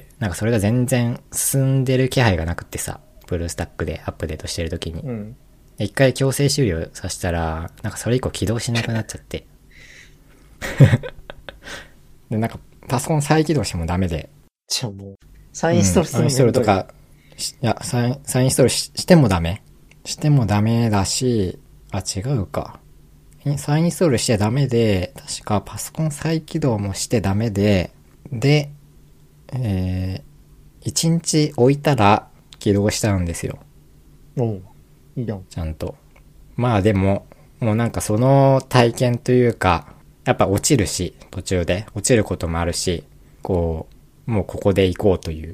なんかそれが全然進んでる気配がなくってさ、ブルースタックでアップデートしてる時に。 うん。 一回強制終了させたら、なんかそれ以降起動しなくなっちゃって。で、なんかパソコン再起動してもダメで。 じゃあもう、再インストールするの、 再インストールとか、再インストールしてもダメしてもダメだし、あ、違うか。再インストールしてダメで、確かパソコン再起動もしてダメで、で、1日置いたら起動したんですよ。 おう、いいじゃん。 ちゃんと。まあでも、もうなんかその体験というか、やっぱ落ちるし、途中で。落ちることもあるし、こう、もうここで行こうという。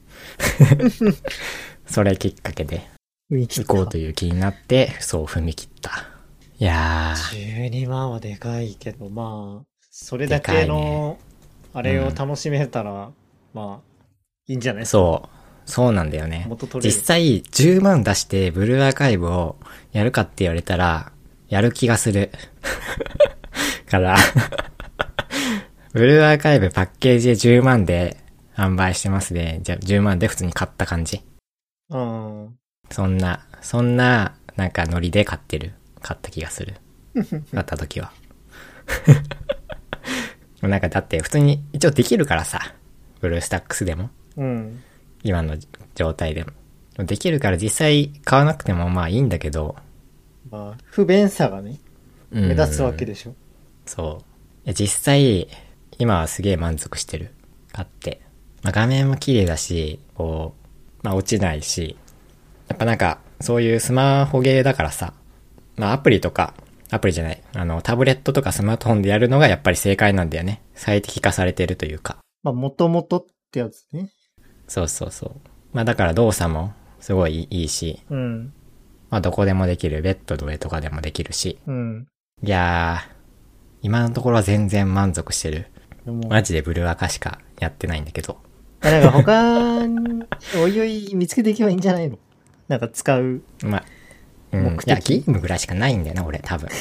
それきっかけで、行こうという気になって、そう踏み切った。いやー。12万はでかいけど、まあ、それだけの、あれを楽しめたら、まあ、いいんじゃないですか。 そうなんだよね。実際、10万出してブルーアーカイブをやるかって言われたら、やる気がする。から、ブルーアーカイブパッケージで10万で販売してますね。じゃあ10万で普通に買った感じ。 うん。 そんな、なんかノリで買った気がする。買った時は。なんかだって普通に一応できるからさ。ブルースタックスでも。 うん。 今の状態でも。できるから実際買わなくてもまあいいんだけど。 まあ、不便さがね、目立つわけでしょ。 そう。実際、今はすげえ満足してる。買って。まあ画面も綺麗だし、こう、まあ落ちないし。やっぱなんか、そういうスマホゲーだからさ。まあアプリじゃない。タブレットとかスマートフォンでやるのがやっぱり正解なんだよね。最適化されてるというか。 まあ、もともとってやつね。 そうそうそう。まあだから動作もすごいいいし。 うん。 まあどこでもできる。ベッドの上とかでもできるし。 うん。 いやー、今のところは全然満足してる。マジでブルーアカしかやってないんだけど。 なんか他に、おいおい見つけていけばいいんじゃないの？なんか使う。 まあ、いや、ゲームぐらいしかないんだよな、俺、多分。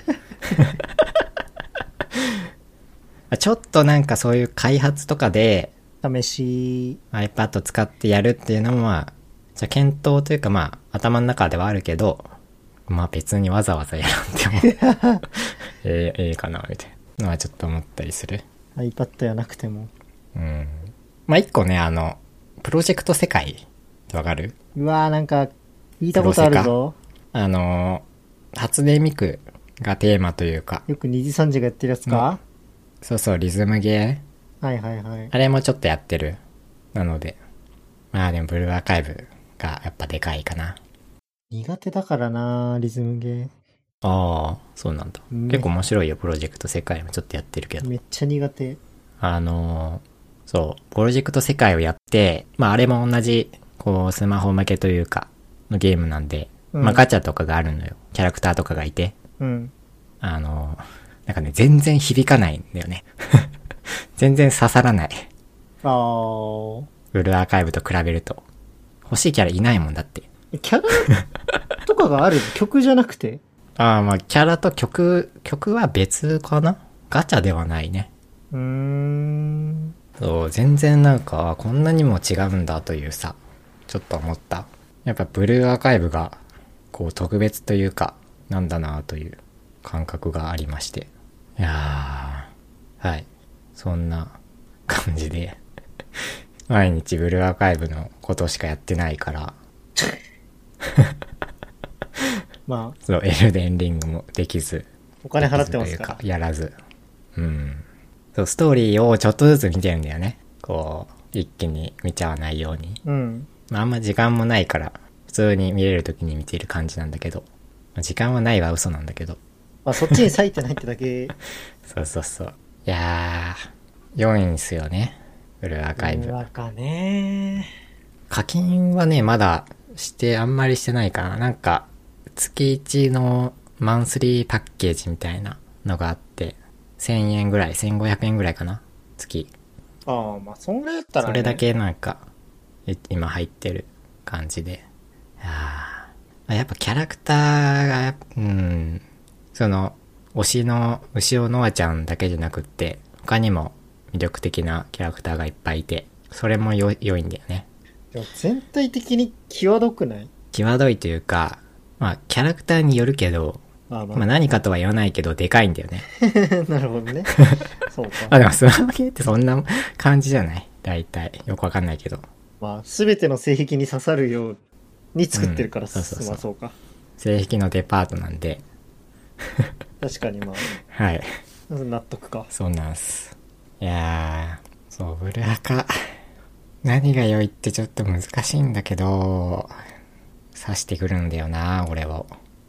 ちょっとなんかそういう開発とかで、 試し、 iPad 使ってやるっていうのもまあ、じゃあ検討というかまあ、頭の中ではあるけど、まあ別にわざわざやらんでもええかな、みたいなのはちょっと思ったりする。 iPad やなくても。 まあ一個ね、プロジェクト世界ってわかる？ うわーなんか、聞いたことあるぞ。 初音ミクがテーマというか。 よく2時3時がやってるやつか？ そうそう、リズムゲー。 はいはいはい。 あれもちょっとやってる。なので。まあでもブルーアーカイブがやっぱでかいかな。 苦手だからな、リズムゲー。 ああ、そうなんだ。結構面白いよ、プロジェクト世界もちょっとやってるけど。 めっちゃ苦手。 そう、プロジェクト世界をやって、まああれも同じ、こう、スマホ向けというか、のゲームなんで、まあガチャとかがあるのよ。キャラクターとかがいて。 うん。 なんかね、全然響かないんだよね。全然刺さらない。 あー。 ブルーアーカイブと比べると。欲しいキャラいないもんだって。 キャラとかがある曲じゃなくてああ、まあキャラと曲は別かな？ガチャではないね。そう、全然なんか、こんなにも違うんだというさ、ちょっと思った。やっぱブルーアーカイブが、こう特別というか、なんだなという感覚がありまして。いやー、はい。そんな感じで、毎日ブルーアーカイブのことしかやってないから、 まあ、 そう、エルデンリングもできず、 お金払ってますから。 やらず。うん。そう、ストーリーをちょっとずつ見てるんだよね。こう、一気に見ちゃわないように。 うん。 まあ、あんま時間もないから、普通に見れる時に見ている感じなんだけど。まあ、時間はないは嘘なんだけど。 まあ、そっちに割いてないってだけ。 そうそうそう。いやー、4位ですよね。ブルーアーカイブ。 ブルーアーカね。 課金はね、まだあんまりしてないかな。なんか、月1のマンスリーパッケージみたいなのがあって、1000円ぐらい、1500円ぐらいかな月。 ああ、まあ、そんぐらいだったらね。 それだけなんか、今入ってる感じで。やっぱキャラクターが、その、牛尾ノアちゃんだけじゃなくって、他にも魅力的なキャラクターがいっぱいいて、それも良いんだよね。 でも全体的に際どくない？ 際どいというか、まあ、キャラクターによるけど、まあ何かとは言わないけど、でかいんだよね。 なるほどね。そうか。 あ、でもスマホゲーってそんな感じじゃない？大体。よくわかんないけど。 まあ、すべての性癖に刺さるように作ってるから、 そうそうそうまあそうか。 性癖のデパートなんで。 確かにまあ。 はい。 納得か。 そうなんす。いやー、そう、ブルアカ。何が良いってちょっと難しいんだけど、刺してくるんだよな、俺を。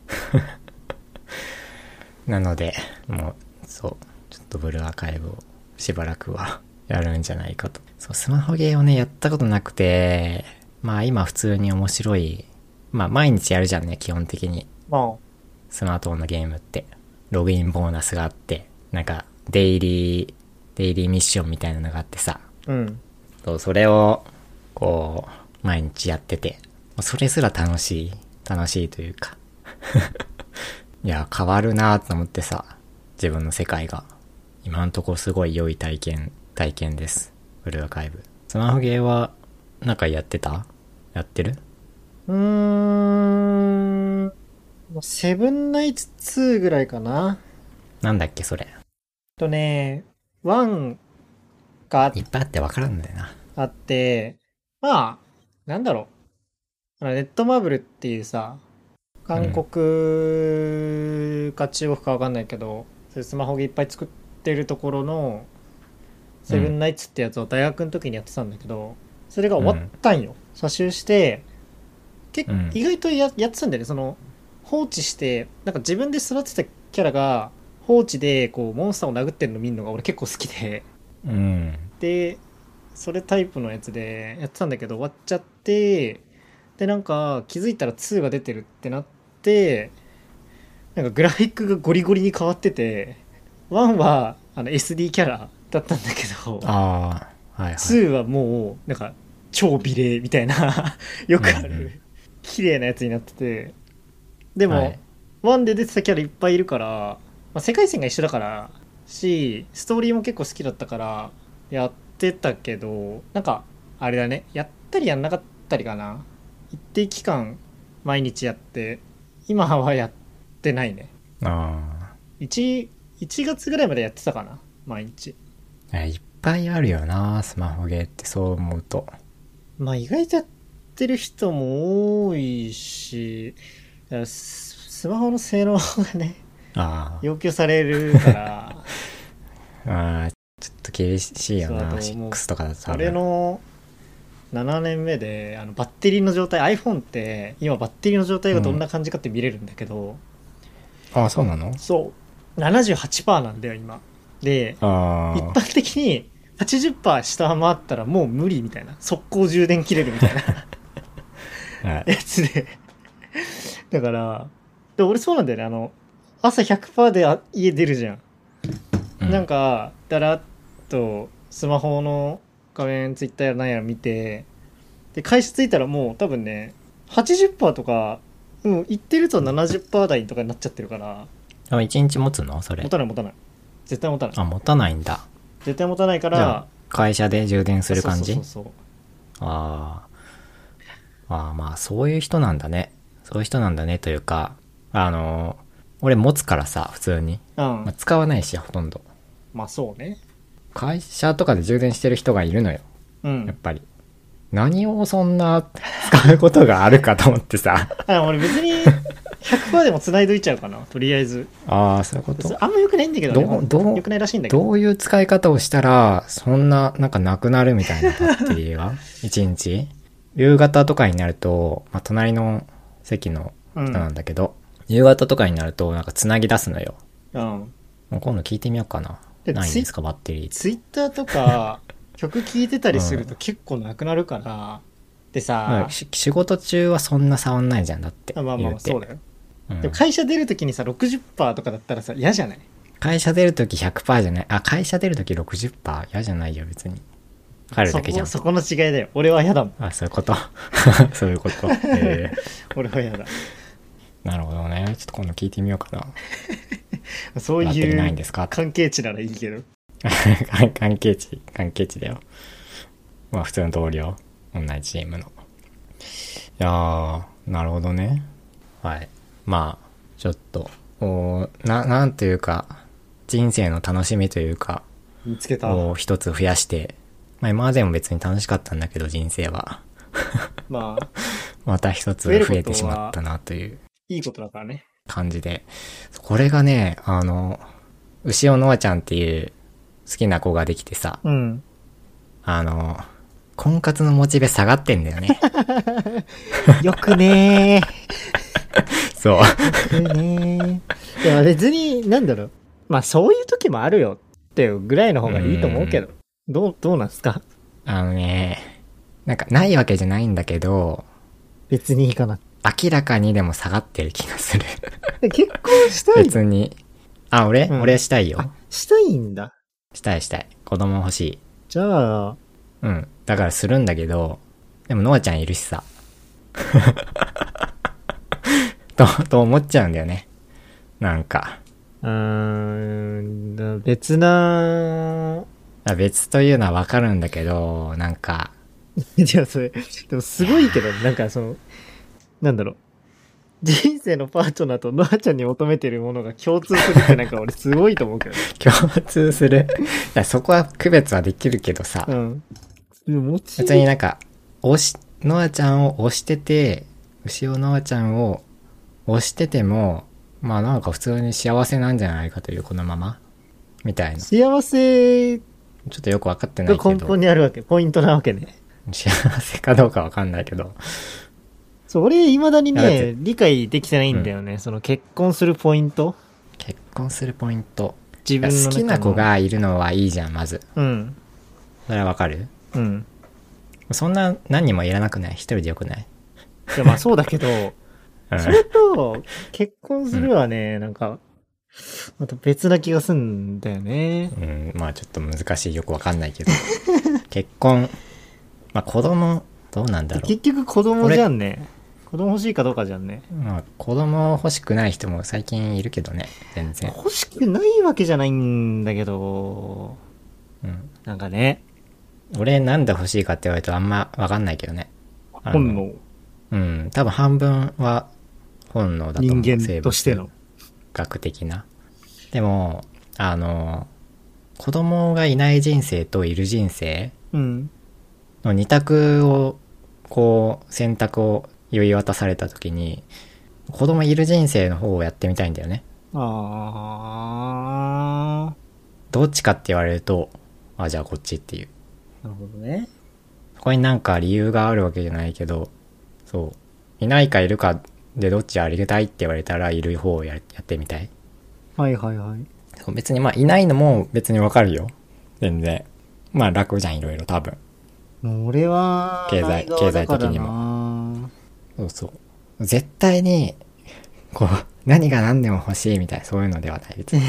なので、もう、そう、ちょっとブルーアーカイブをしばらくはやるんじゃないかと。そう、スマホゲーをね、やったことなくて、まあ今普通に面白い。まあ毎日やるじゃんね、基本的に。 まあ。 スマートフォンのゲームって。ログインボーナスがあって、なんか、デイリーミッションみたいなのがあってさ。 うん。 そう、それを、こう、毎日やってて。それすら楽しいというか。いや、変わるなと思ってさ、自分の世界が。今んとこすごい良い体験です。ブルーアーカイブ。スマホゲーは、なんかやってる？ セブンナイツ2ぐらいかな。 なんだっけ、それ。 1がいっぱいあってわからんんだよな。 あって、まあ、なんだろう。ネットマーブルっていうさ、韓国か中国かわかんないけど、そういうスマホゲーいっぱい作ってるところの、セブンナイツってやつを大学の時にやってたんだけど、それが終わったんよ。査集して、意外とやってたんだよね。その、放置して、なんか自分で育てたキャラが、放置でこうモンスターを殴ってるの見るのが俺結構好きで、でそれタイプのやつでやってたんだけど終わっちゃって、でなんか気づいたら2が出てるってなって、なんかグラフィックがゴリゴリに変わってて、1はSD キャラだったんだけど、2はもうなんか超美麗みたいなよくある綺麗なやつになってて、でも、1で出てたキャラいっぱいいるから、まあ、世界線が一緒だからし、ストーリーも結構好きだったからやってたけど、なんかあれだね、やったりやんなかったりかな。一定期間毎日やって、今はやってないね。1月ぐらいまでやってたかな、毎日。 いっぱいあるよな、スマホゲーってそう思うと。 まあ意外とやってる人も多いし、スマホの性能がね、要求されるからああ、ちょっと厳しいよな、 そうあともう 6とかだと多分。 俺の7年目でバッテリーの状態 iPhone って今バッテリーの状態がどんな感じかって見れるんだけど、 ああ、そうなの？ そう 78% なんだよ今で、一ああ。 般的に 80% 下回ったらもう無理みたいな、速攻充電切れるみたいなはい。 やつでだからで俺そうなんだよね、朝 100% で家出るじゃん、なんかだらっとスマホの画面ツイッターやらなんやら見て、で会社着いたらもう多分ね 80% とか、行ってると 70% 台とかになっちゃってるから、 あ、1日持つのそれ？ 持たない絶対持たない、 あ、持たないんだ。 絶対持たないかじゃあら、 会社で充電する感じ？ そうああ。ああ、まあそういう人なんだね。そういう人なんだねというか、俺持つからさ、普通に。まあ、使わないし、ほとんど。 まあそうね、 会社とかで充電してる人がいるのよ。やっぱり。何をそんな使うことがあるかと思ってさ。 俺別に 100% でも繋いどいちゃうかな、とりあえず。 ああ、そういうこと？ あんま良くないんだけどね。良くないらしいんだけど。 どういう使い方をしたら、そんな、なんかなくなるみたいなバッテリーが一日夕方とかになると、まあ、隣の席の人なんだけど、夕方とかになると、なんか繋ぎ出すのよ。もう今度聞いてみようかな。ないんですか、バッテリー。 ツイッターとか、曲聴いてたりすると結構なくなるから、でさ、 仕事中はそんな触んないじゃん、だって。 まあそうだよ。でも会社出るときにさ 60% とかだったらさ嫌じゃない？ 会社出るとき 100% じゃない。あ、会社出るとき 60% 嫌じゃないよ別に。帰るだけじゃん。 そこの違いだよ。俺は嫌だもん。 あ、そういうことそういうこと。 俺は嫌だ。 なるほどね。ちょっと今度聞いてみようかな。そういうないんですか？ 関係値ならいいけど関係値だよ。まあ普通の同僚、同じチームの。いやー、なるほどね。はい。まあちょっとなんというか人生の楽しみというか見つけたを一つ増やして、まあ今までも別に楽しかったんだけど人生はまあまた一つ増えてしまったなといういいことだからね感じで、これがね、牛尾のあちゃんっていう好きな子ができてさ、婚活のモチベ下がってんだよねよくねそうよくねいや別になんだろう、まあそういう時もあるよっていうぐらいの方がいいと思うけど、どうなんすか？ なんかないわけじゃないんだけど、 別にいいかな。 明らかにでも下がってる気がする結婚したい？ 別に。あ、俺はしたいよ。 したいんだ。 したい。子供欲しい。 じゃあ。 だからするんだけど、でもノアちゃんいるしさ。と思っちゃうんだよね。なんか。別というのはわかるんだけど、なんか。 じゃあそれ、でもすごいけど、なんかなんだろう。人生のパートナーとノアちゃんに求めてるものが共通するってなんか俺すごいと思うけど、ね、 共通するいやそこは区別はできるけどさ、別になんかノアちゃんを推してて、牛尾ノアちゃんを推してても、まあなんか普通に幸せなんじゃないかという、このままみたいな。 幸せちょっとよく分かってないけど、 根本にあるわけ、ポイントなわけね。 幸せかどうか分かんないけど、 そう、俺未だにね理解できてないんだよね、その結婚するポイント。 結婚するポイント、 自分の好きな子がいるのはいいじゃん、まず。それは分かる。そんな何人もいらなくない？一人でよくない？ いやまあそうだけどそれと結婚するはね、なんかまた別な気がすんだよね。 まあちょっと難しい、よくわかんないけど結婚、まあ子供どうなんだろう。 結局子供じゃんね。子供欲しいかどうかじゃんね。 まあ子供欲しくない人も最近いるけどね、全然。 欲しくないわけじゃないんだけど、なんかね。 俺なんで欲しいかって言われるとあんまわかんないけどね。 本能。 多分半分は本能だと思う。 人間としての。 学的な。でも、子供がいない人生といる人生の二択を、こう、選択を言い渡されたときに、子供いる人生の方をやってみたいんだよね。 どっちかって言われると、あ、じゃあこっちっていう。 なるほどね。 そこになんか理由があるわけじゃないけど、そう。いないかいるかでどっちありがたいって言われたらいる方をやってみたい。 はいはいはい。 そう別にまあいないのも別にわかるよ。全然。まあ楽じゃん、いろいろ多分。 もう俺は、 経済的にも。そうそう。絶対に、こう、何が何でも欲しいみたいな、そういうのではない別に。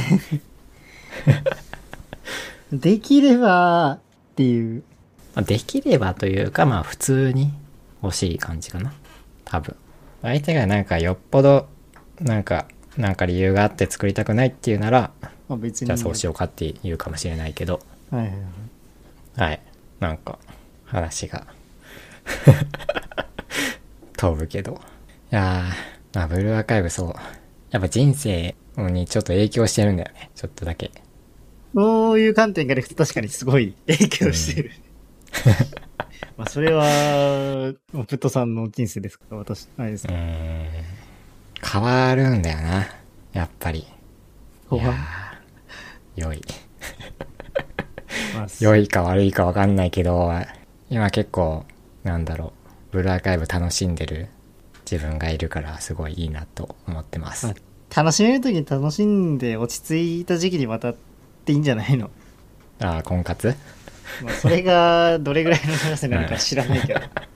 できればっていう。 できればというか、まあ普通に欲しい感じかな。多分。相手がなんかよっぽど、なんか理由があって作りたくないっていうなら、 まあ別に。 じゃあそうしようかって言うかもしれないけど。 はいはいはい。 はい。なんか、話が飛ぶけど。いやー、まあブルーアーカイブそう。やっぱ人生にちょっと影響してるんだよね。ちょっとだけ。 そういう観点からいくと確かにすごい影響してる。まあそれは、プットさんの人生ですから、私、あれですか。 変わるんだよな。やっぱり。いやー、良い。 まあ、 良いか悪いか分かんないけど、今結構、なんだろう、ブルーアーカイブ楽しんでる自分がいるからすごいいいなと思ってます。 まあ、楽しめるときに楽しんで落ち着いた時期にまたっていいんじゃないの？ ああ、婚活？ まあそれがどれぐらいの長さになるか知らないけど。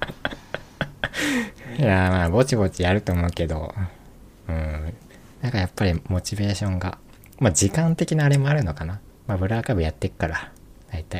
いやーまあぼちぼちやると思うけど、なんかやっぱりモチベーションが、まあ時間的なあれもあるのかな。まあブルーアーカイブやってっから、大体。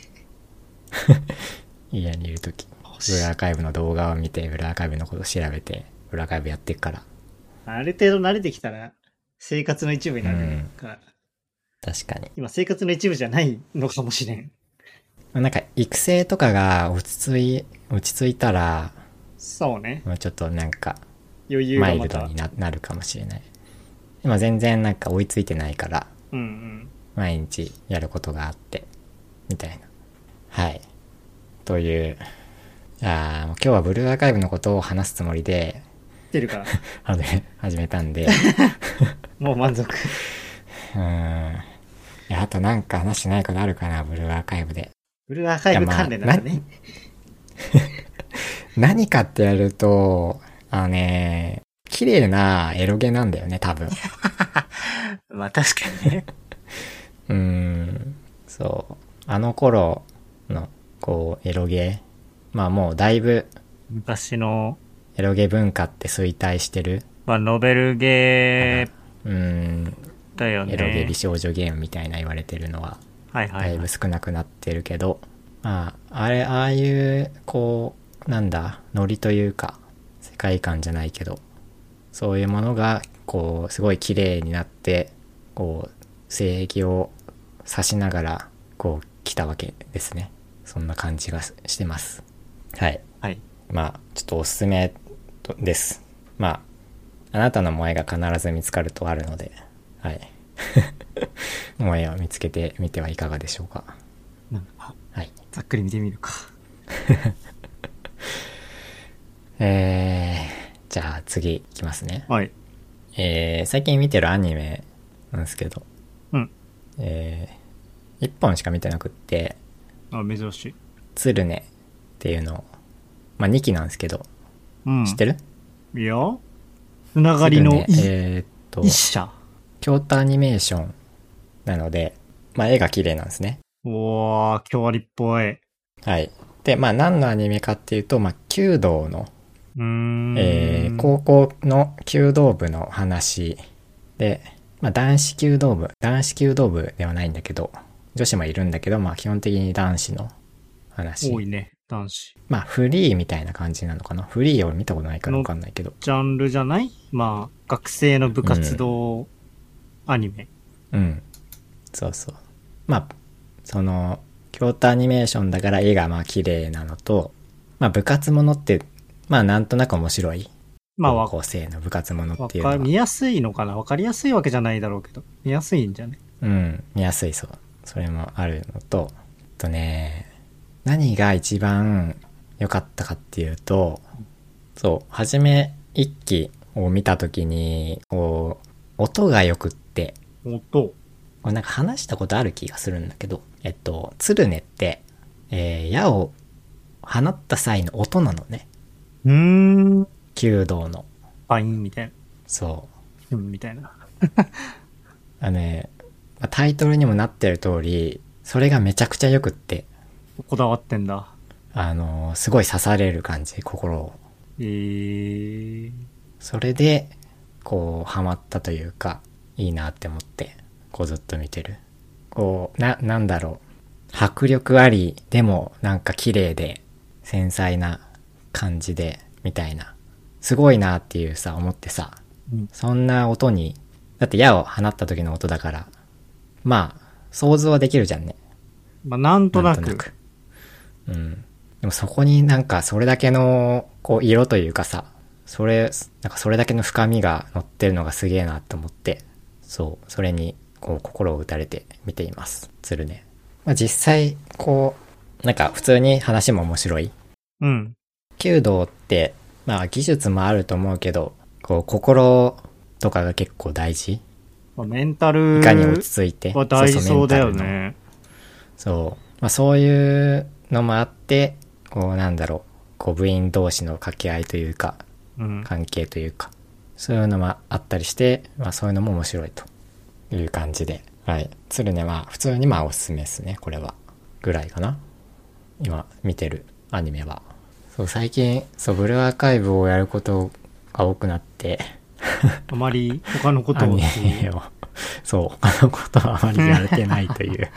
家にいるとき。ブルーアーカイブの動画を見て、ブルーアーカイブのことを調べて、ブルーアーカイブやってっから。 ある程度慣れてきたら生活の一部になるから、 確かに。 今生活の一部じゃないのかもしれん。 なんか育成とかが落ち着いたら、 そうね。 もうちょっとなんか、 余裕がマイルまたドになるかもしれない。今全然なんか追いついてないから、 うんうん。 毎日やることがあって、みたいな。はい。という、もう今日はブルーアーカイブのことを話すつもりで、 出るから。 始めたんで。 もう満足。 いや、あとなんか話してないことあるかな、ブルーアーカイブで。 ブルーアーカイブ関連なんだね。 何かってやると、綺麗なエロゲなんだよね、多分。 まあ確かにね。 そう。あの頃の、こう、エロゲ。まあもうだいぶ、 昔の、 エロゲ文化って衰退してる。 まあノベルゲーだよね。 エロゲ美少女ゲームみたいな言われてるのは、 はいはい、はい。 だいぶ少なくなってるけど、まあ、ああいう、こう、なんだ、ノリというか、世界観じゃないけど、そういうものが、こう、すごい綺麗になって、こう、性癖を指しながら、こう、来たわけですね。そんな感じがしてます。はい。 はい。 まあ、ちょっとおすすめです。まあ、あなたの萌えが必ず見つかるとあるので、はい。萌えを見つけてみてはいかがでしょうか。はい。 ざっくり見てみるか。 じゃあ次いきますね。 はい。 最近見てるアニメなんですけど、一本しか見てなくって、 珍しい。 鶴音っていうのを、まあ2期なんですけど、知ってる？ いや、つながりの一社。 京都アニメーションなので、まあ絵が綺麗なんですね。 おー、京アリっぽい。 はい。で、まあ何のアニメかっていうと、まあ弓道の、高校の弓道部の話で、まあ男子弓道部ではないんだけど、女子もいるんだけど、まあ基本的に男子の話。 多いね、男子。 まあフリーみたいな感じなのかな。フリーを見たことないからわかんないけど。 ジャンルじゃない？まあ、学生の部活動アニメ。 そうそう。まあ、その、京都アニメーションだから絵がまあ綺麗なのと、まあ部活ものって、まあなんとなく面白い。まあ高校生の部活ものっていうのは。 見やすいのかな？わかりやすいわけじゃないだろうけど。見やすいんじゃね？ 見やすいそう。それもあるのと、何が一番良かったかっていうと、そう、初め一期を見たときに、こう、音が良くって。 これなんか話したことある気がするんだけど、鶴音って、矢を放った際の音なのね。弓道の。 バインみたいな。 そう。みたいな。 タイトルにもなってる通り、それがめちゃくちゃよくって。 こだわってんだ。 すごい刺される感じ、心を。それで、こう、ハマったというか、いいなって思って、こうずっと見てる。こう、なんだろう。迫力あり、でもなんか綺麗で、繊細な感じで、みたいな。すごいなっていうさ、思ってさ、そんな音に、だって矢を放った時の音だから、まあ、想像はできるじゃんね。 まあ、なんとなく。 うん。でもそこになんかそれだけの、こう、色というかさ、なんかそれだけの深みが乗ってるのがすげえなって思って、そう、それに、こう、心を打たれて見ています。鶴ね。まあ実際、こう、なんか普通に話も面白い。 うん。 弓道って、まあ技術もあると思うけど、こう、心とかが結構大事。 メンタルいかに落ち着いて。 は大事そうだよね。 そう。まあそういうのもあって、こうなんだろう、こう部員同士の掛け合いというか、関係というか、そういうのもあったりして、まあそういうのも面白いという感じで。はい。鶴音は普通にまあおすすめですね、これは。ぐらいかな。今見てるアニメは。そう、最近、そう、ブルーアーカイブをやることが多くなって、 あまり他のことをそう他のことはあまりやれてないという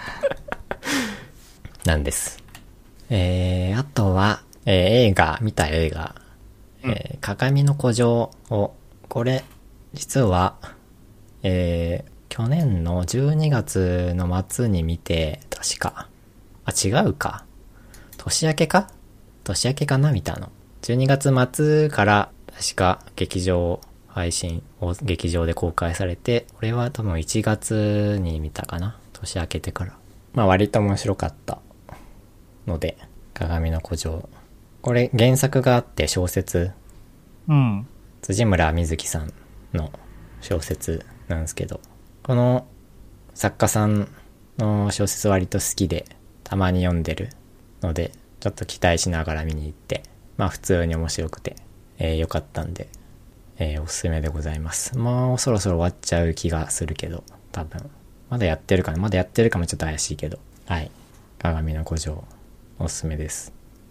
なんです。あとは、見た映画、鏡の古城を、これ実は、去年の12月の末に見て、確か違うか、年明けかな見たの。12月末から確か劇場配信を劇場で公開されて、俺は多分1月に見たかな。年明けてから。まあ割と面白かったので、鏡の古城。これ原作があって小説。辻村瑞希さんの小説なんですけど、この作家さんの小説割と好きで、たまに読んでるので、ちょっと期待しながら見に行って、まあ普通に面白くて、良かったんで、おすすめでございます。もうそろそろ終わっちゃう気がするけど、多分。まだやってるかもちょっと怪しいけど。はい。鏡の古城、おすすめです。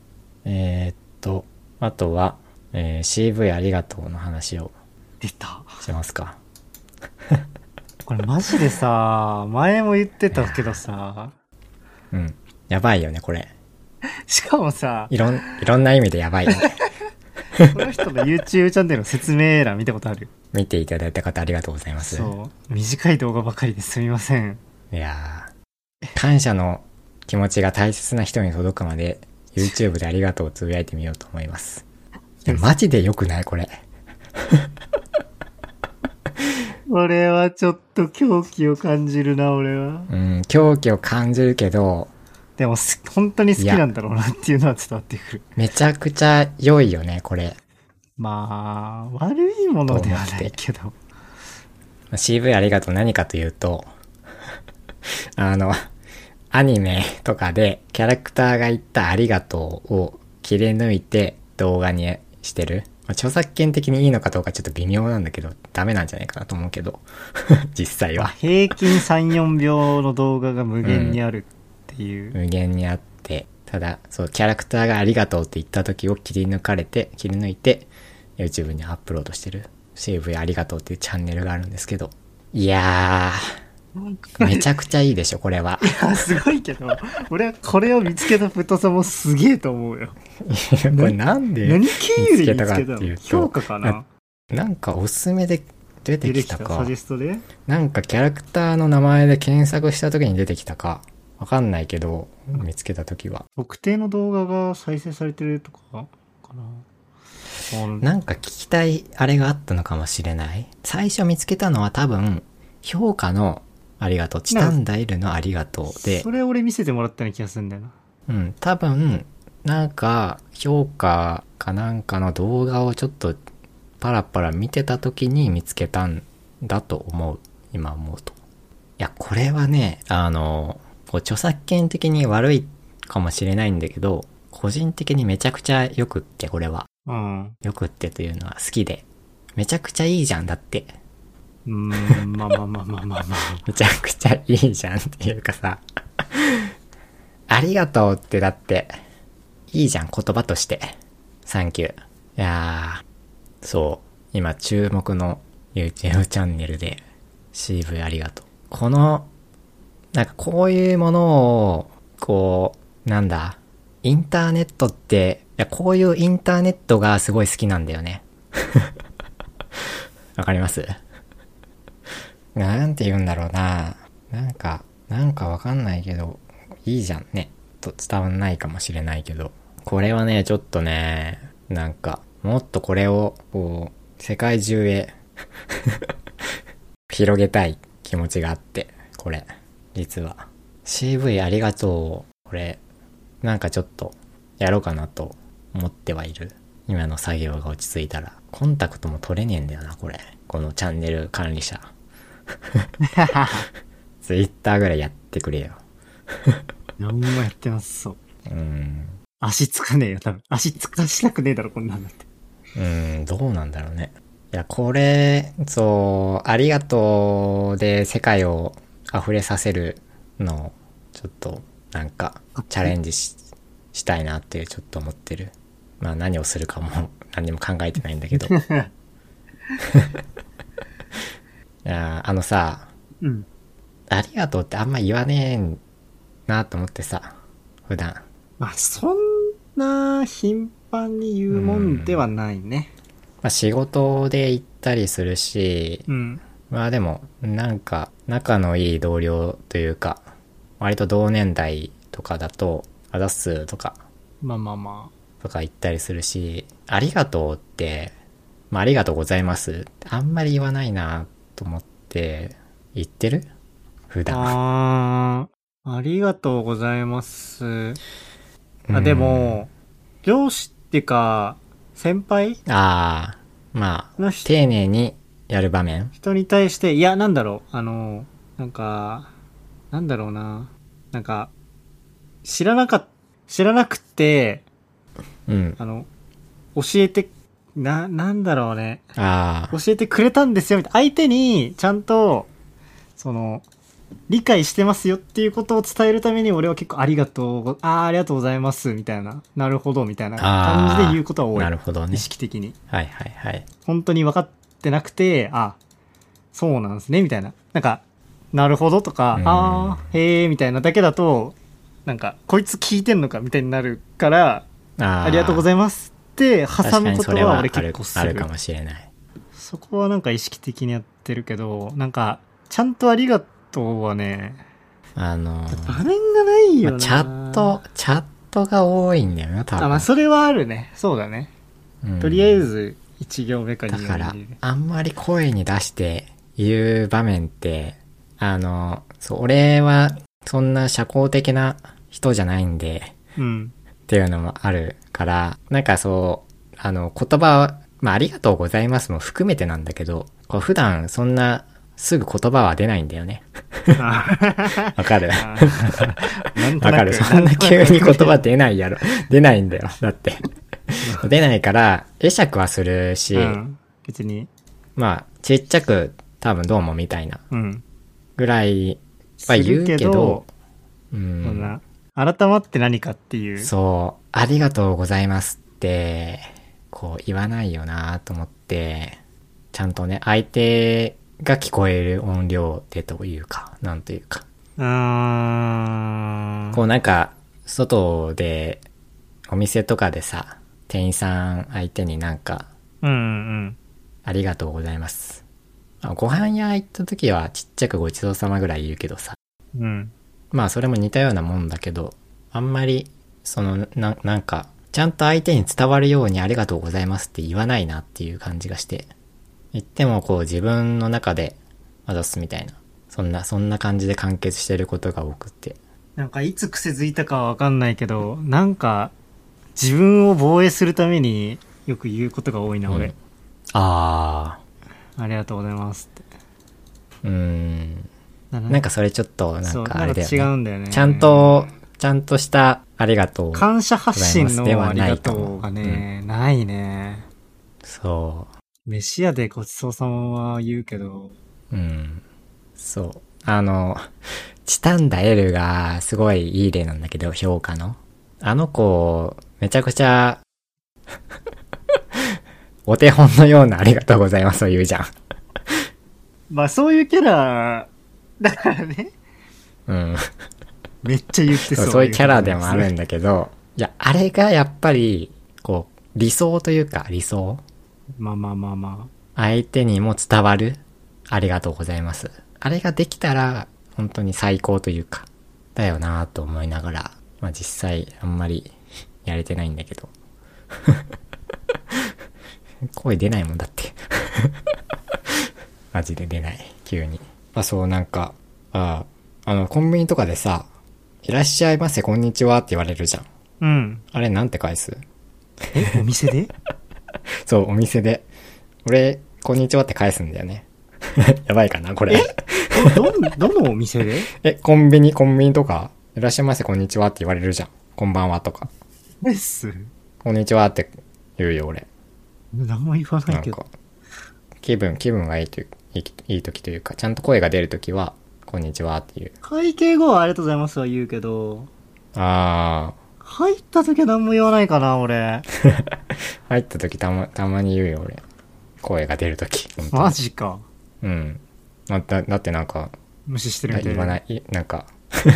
あとは、CV ありがとうの話を。 出た。 しますか。 これマジでさ、前も言ってたけどさ。 うん。やばいよね、これ。 しかもさ、 いろんな意味でやばいよね。 この人の YouTube チャンネルの説明欄見たことある？ 見ていただいた方ありがとうございます。 そう。短い動画ばかりですみません。 いやー、感謝の気持ちが大切な人に届くまで YouTube でありがとうをつぶやいてみようと思います。いやマジで良くないこれ。 これはちょっと狂気を感じるな、俺は。 狂気を感じるけど、 でも本当に好きなんだろうなっていうのは伝わってくる。 めちゃくちゃ良いよね、これ。 まあ、悪いものではないけど。 CV ありがとう何かというと、アニメとかでキャラクターが言ったありがとうを切り抜いて動画にしてる。著作権的にいいのかどうかちょっと微妙なんだけど、ダメなんじゃないかなと思うけど、実際は。 平均3、4秒の動画が無限にあるっていう。 無限にあって、ただ、そう、キャラクターがありがとうって言った時を切り抜いて、YouTube にアップロードしてる、CV ありがとうっていうチャンネルがあるんですけど、いやー、めちゃくちゃいいでしょ、これは。 いや、すごいけど、俺はこれを見つけた太さもすげえと思うよ。 これなんで何経由で見つけたかっていうと、 評価かな。 なんかおすすめで出てきたか。 サジェストでなんかキャラクターの名前で検索した時に出てきたか。わかんないけど、見つけた時は。 特定の動画が再生されてるとかかな。 なんか聞きたいあれがあったのかもしれない。最初見つけたのは多分、評価のありがとう、チタンダイルのありがとうで。 それ俺見せてもらったような気がするんだよな。 多分、なんか、評価かなんかの動画をちょっとパラパラ見てた時に見つけたんだと思う。今思うと。いや、これはね、こう著作権的に悪いかもしれないんだけど、個人的にめちゃくちゃよくって、これは。 うん。 よくってというのは好きで。めちゃくちゃいいじゃん、だって。 まあまあまあまあまあまあ。 めちゃくちゃいいじゃんっていうかさ。ありがとうってだって、いいじゃん、言葉として。サンキュー。いやー、そう。今注目の YouTube チャンネルで CV ありがとう。この、なんかこういうものを、こう、なんだ、インターネットって、いや、こういうインターネットがすごい好きなんだよね。わかります？なんて言うんだろうな。なんかわかんないけど、いいじゃんね。と伝わんないかもしれないけど。これはね、ちょっとね、なんか、もっとこれを、こう、世界中へ広げたい気持ちがあって、これ、実は。CV ありがとう。これ、なんかちょっと、やろうかなと思ってはいる。今の作業が落ち着いたら。コンタクトも取れねえんだよな、これ。このチャンネル管理者。Twitter ぐらいやってくれよ。 何もやってますそう。足つかねえよ、多分。足つかしたくねえだろ、こんなんだって。 どうなんだろうね。いや、これ、そう、ありがとうで世界を溢れさせるのを、ちょっと、なんか、チャレンジしたいなってちょっと思ってる。まあ何をするかも何も考えてないんだけど。いや、さ、 うん。 ありがとうってあんま言わねえなと思ってさ、普段。 まあ、そんな頻繁に言うもんではないね。 まあ仕事で行ったりするし、 うん。 まあでも、なんか、仲のいい同僚というか、割と同年代とかだと、あざっすとか、 まあまあまとか言ったりするし、ありがとうって、まあありがとうございますってあんまり言わないなと思って、言ってる？普段。 ありがとうございます。でも、上司ってか、先輩まあ、丁寧にやる場面人に対して、いや、なんだろう、なんか、なんだろうな。なんか、知らなくて、教えて、なんだろうね。教えてくれたんですよ、みたいな。相手に、ちゃんと、理解してますよっていうことを伝えるために、俺は結構ありがとうございます、みたいな。なるほど、みたいな感じで言うことは多い。 なるほどね。 意識的に。 はいはいはい。 本当に分かってなくて、そうなんですね、みたいな。なんか、なるほどとか、へーみたいなだけだと、なんか、こいつ聞いてんのかみたいになるから、ありがとうございますって挟むことは俺結構する。 あるかもしれない。 そこはなんか意識的にやってるけど、なんか、ちゃんとありがとうはね、場面がないよな、 チャットが多いんだよな、多分。 まあそれはあるね。そうだね。とりあえず、1行目か2行目。 だから、あんまり声に出して言う場面って、そう、俺はそんな社交的な人じゃないんで、っていうのもあるから、なんかそう、言葉は、まあ、ありがとうございますも含めてなんだけど、こう普段そんなすぐ言葉は出ないんだよね。わかるわかる。そんな急に言葉出ないやろ。出ないんだよ。だって。出ないから、会釈はするし、 別に。 まあ、ちっちゃく多分どうもみたいな。ぐらいは言うけど、 改まって何かっていう。 そう、ありがとうございますって、こう言わないよなと思って、ちゃんとね、相手が聞こえる音量でというか、なんというか。こうなんか、外で、お店とかでさ、店員さん相手になんか、ありがとうございます。ご飯屋行った時はちっちゃくごちそうさまぐらい言うけどさ。まあそれも似たようなもんだけど、あんまり、なんか、ちゃんと相手に伝わるようにありがとうございますって言わないなっていう感じがして。言ってもこう自分の中で、あざっすみたいな。そんな感じで完結してることが多くって。 なんかいつ癖づいたかはわかんないけど、なんか、自分を防衛するためによく言うことが多いな、俺。ありがとうございますって。 なんかそれちょっとなんかあれだよね。 違うんだよね。 ちゃんとしたありがとう。 感謝発信のありがとうがね、ないね。 そう。 飯屋でごちそうさまは言うけど。 うん。そう。チタンダエルがすごいいい例なんだけど、評価の。あの子、めちゃくちゃ、お手本のようなありがとうございますを言うじゃん。 まあそういうキャラ、だからね。 うん。 めっちゃ言ってそう。 そういうキャラでもあるんだけど、いや、あれがやっぱり、こう、理想というか、理想。 まあ。 相手にも伝わる、ありがとうございます。あれができたら、本当に最高というか、だよなぁと思いながら、まあ実際あんまりやれてないんだけど。声出ないもんだって。マジで出ない。急に。まあそうなんか、コンビニとかでさ、いらっしゃいませ、こんにちはって言われるじゃん。 うん。 あれなんて返す？ お店で？ そう、お店で。俺、こんにちはって返すんだよね。やばいかな、これ。 どのお店で？ コンビニとか、いらっしゃいませ、こんにちはって言われるじゃん。こんばんはとか。こんにちはって言うよ、俺。 何も言わないけど。 なんか気分がいい時というか、ちゃんと声が出る時は、こんにちはっていう。 会計後はありがとうございますは言うけど、入った時は何も言わないかな、俺。 入った時たまに言うよ、俺。声が出る時。 マジか。 うん。だってなんか、 無視してるみたいな。 言わない、なんか。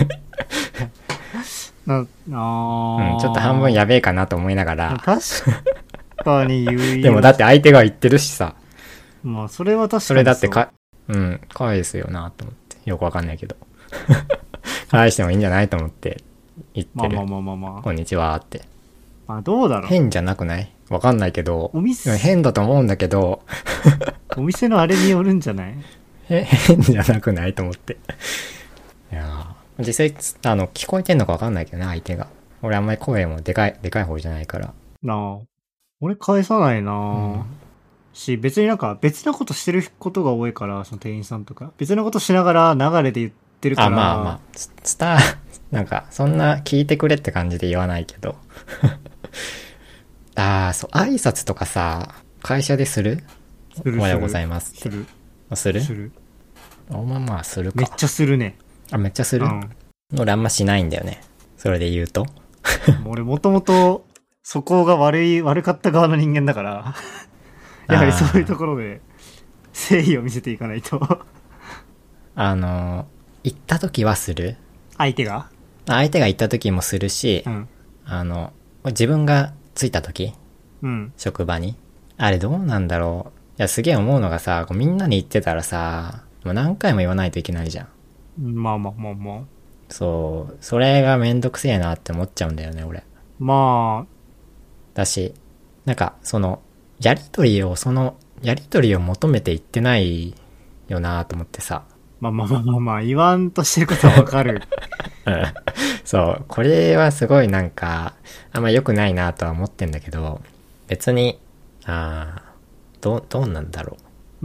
うん、 ちょっと半分やべえかなと思いながら。 確かに言うよ。 でもだって相手が言ってるしさ。 まあ、それは確かにそれだって返すよなと思って。よくわかんないけど。返してもいいんじゃないと思って言ってる。 まあ。 こんにちはって。 まあ、どうだろう。 変じゃなくない？わかんないけど。 お店変だと思うんだけど。 お店のあれによるんじゃない？ 変じゃなくないと思って。いや実際、聞こえてんのかわかんないけどね、相手が。俺あんまり声もでかい方じゃないから。 なあ。俺返さないな、別になんか別なことしてることが多いから、その店員さんとか。別なことしながら流れで言ってるから。 まあ。なんか、そんな聞いてくれって感じで言わないけど。そう、挨拶とかさ、会社でする？おはようございますって。する？まあするか。 めっちゃするね。 めっちゃする？俺あんましないんだよね。それで言うと。 俺もともと、そこが悪かった側の人間だから、やはりそういうところで、誠意を見せていかないと。 行った時はする？ 相手が行った時もするし、自分が着いた時、職場に。あれどうなんだろう。いや、すげえ思うのがさ、みんなに言ってたらさ、もう何回も言わないといけないじゃん。 まあ。 そう、それがめんどくせえなって思っちゃうんだよね、俺。 まあ。 だし、なんか、やりとりを求めて言ってないよなと思ってさ。 まあ、言わんとしてることはわかる。 そう、これはすごいなんか、あんま良くないなとは思ってんだけど、別に、どうなんだろう。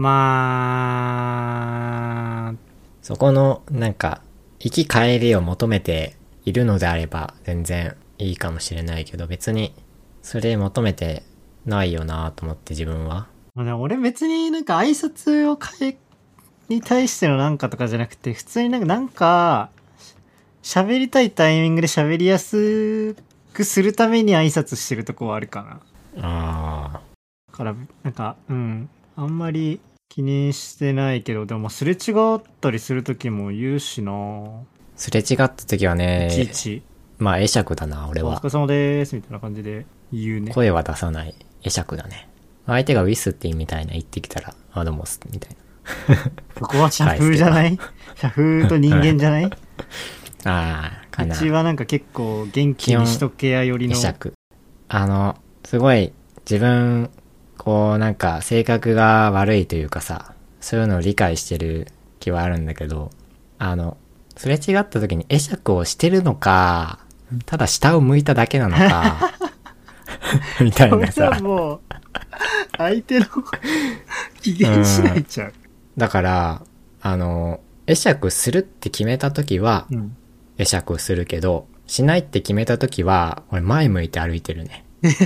まあ、 そこの、なんか、生き返りを求めているのであれば、全然いいかもしれないけど、別に、それ求めてないよなと思って自分は。 俺別になんか挨拶をに対してのなんかとかじゃなくて、普通になんか、喋りたいタイミングで喋りやすくするために挨拶してるとこはあるかな。だから、なんか、あんまり気にしてないけど、でもすれ違ったりするときも言うしな。 すれ違ったときはね、 いちいち。 まあ、会釈だな、俺は。 お疲れ様でーす、みたいな感じで言うね。 声は出さない。会釈だね。相手がウィスって意味みたいな言ってきたら、どうもす、みたいな。 そこは社風じゃない？社風と人間じゃない？ かな。 うちはなんか結構元気にしとけやよりの。 会釈。すごい、自分、なんか性格が悪いというかさ、そういうのを理解してる気はあるんだけど、すれ違った時に会釈をしてるのか、ただ下を向いただけなのか、みたいなさ。 それはもう、相手の機嫌次第ちゃう。 だから、 会釈するって決めた時は、 うん。 会釈するけど、しないって決めた時は、俺前向いて歩いてるね。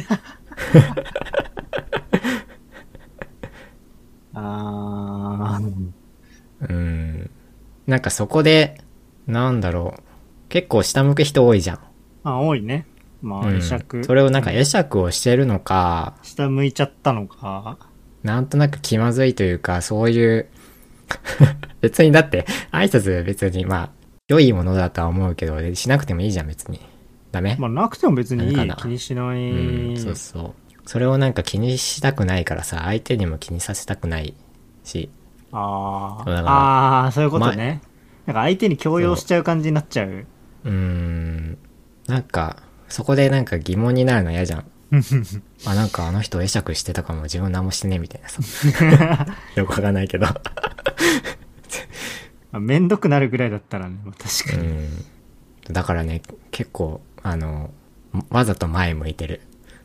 あー。 なんかそこで、なんだろう。結構下向く人多いじゃん。 あ、多いね。まあ、会釈。 それをなんか会釈をしてるのか、 下向いちゃったのか。 なんとなく気まずいというか、そういう別にだって、挨拶別にまあ、良いものだとは思うけど、しなくてもいいじゃん別に。ダメ？ まあ、なくても別にいい。 ダメかな。 気にしない。 うん、そうそう。それをなんか気にしたくないからさ、相手にも気にさせたくないし。 あだからあ。ああ、そういうことね。なんか相手に強要しちゃう感じになっちゃう。 なんか、そこでなんか疑問になるの嫌じゃん。あ、なんかあの人会釈してたかも、自分何もしてねみたいなさ。よくわかんないけど。 めんどくなるぐらいだったらね、確かに。 だからね、結構、わざと前向いてる。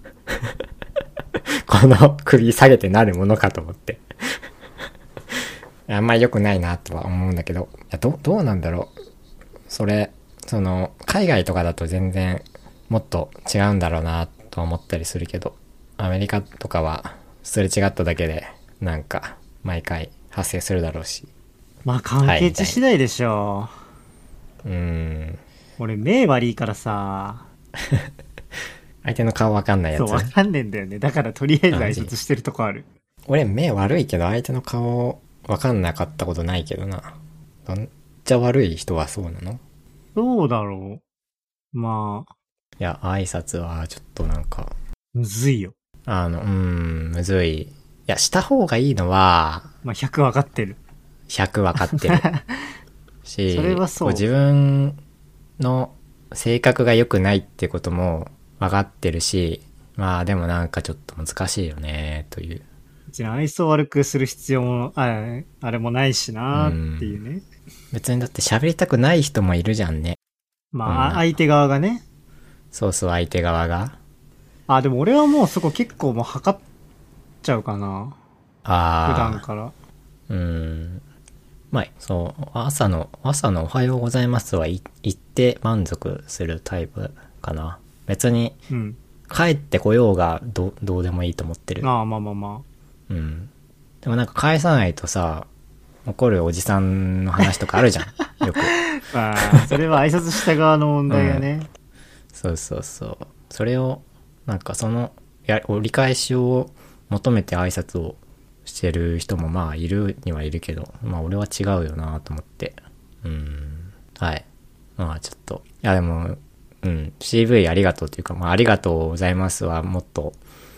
この首下げてなるものかと思って。あんまり良くないなとは思うんだけど、いやどうなんだろう。それ、海外とかだと全然もっと違うんだろうなと思ったりするけど、アメリカとかはすれ違っただけで、なんか、毎回発生するだろうし。 まあ、関係値次第でしょう。俺、目悪いからさ。 相手の顔わかんないやつ。 そう、わかんねえんだよね。だからとりあえず挨拶してるとこある。 俺、目悪いけど相手の顔わかんなかったことないけどな。どんちゃ悪い人はそうなの？ どうだろう。まあ。 いや、挨拶はちょっとなんか。 むずいよ。 むずい。いや、した方がいいのは、 まあ、100分かってる。 100分かってる。し、 それはそう。 自分の性格が良くないってことも分かってるし、まあでもなんかちょっと難しいよね、という。 別に愛想悪くする必要も、あれもないしなっていうね。 別にだって喋りたくない人もいるじゃんね。 まあ、相手側がね。 そうそう、相手側が。 でも俺はもうそこ結構もう測っちゃうかな。普段から。 まあ、そう、朝のおはようございますは言って満足するタイプかな。別に、帰ってこようがどうでもいいと思ってる。 まあ。 でもなんか返さないとさ、怒るおじさんの話とかあるじゃん。よく。 まあ、それは挨拶した側の問題がね。 そう。それを、なんか折り返しを求めて挨拶をしてる人もまあいるにはいるけど、まあ俺は違うよなと思って。はい。まあちょっと、いやでも、CV ありがとうっていうか、まあありがとうございますはもっと、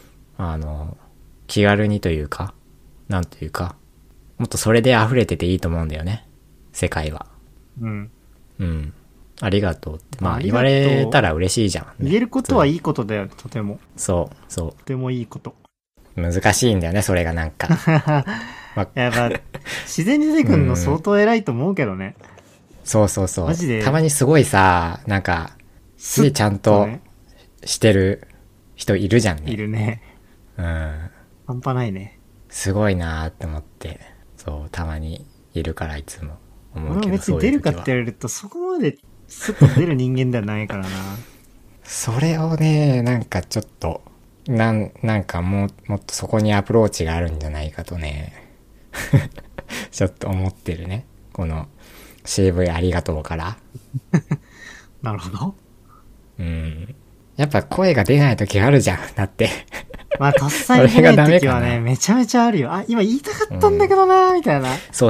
気軽にというか、なんというか、もっとそれで溢れてていいと思うんだよね。世界は。ありがとうって。まあ言われたら嬉しいじゃん、ね。 言えることはいいことだよ、とても。 そう。 とてもいいこと。 難しいんだよね、それがなんか。 やっぱ、自然に出てくるの相当偉いと思うけどね。 そう。マジで。たまにすごいさ、なんか、すげえちゃんとしてる人いるじゃんね。 いるね。半端ないね。 すごいなーって思って、そう、たまにいるからいつも思うけど。 俺も別に出るかって言われると、そこまで、すっと出る人間ではないからな。 それをね、なんかちょっと、なんかもっとそこにアプローチがあるんじゃないかとね、ちょっと思ってるね。この CV ありがとうから。 なるほど。 やっぱ声が出ない時あるじゃん。だって。 まあ、とっさに出ない時はね、めちゃめちゃあるよ。今言いたかったんだけどなみたいな。 そう。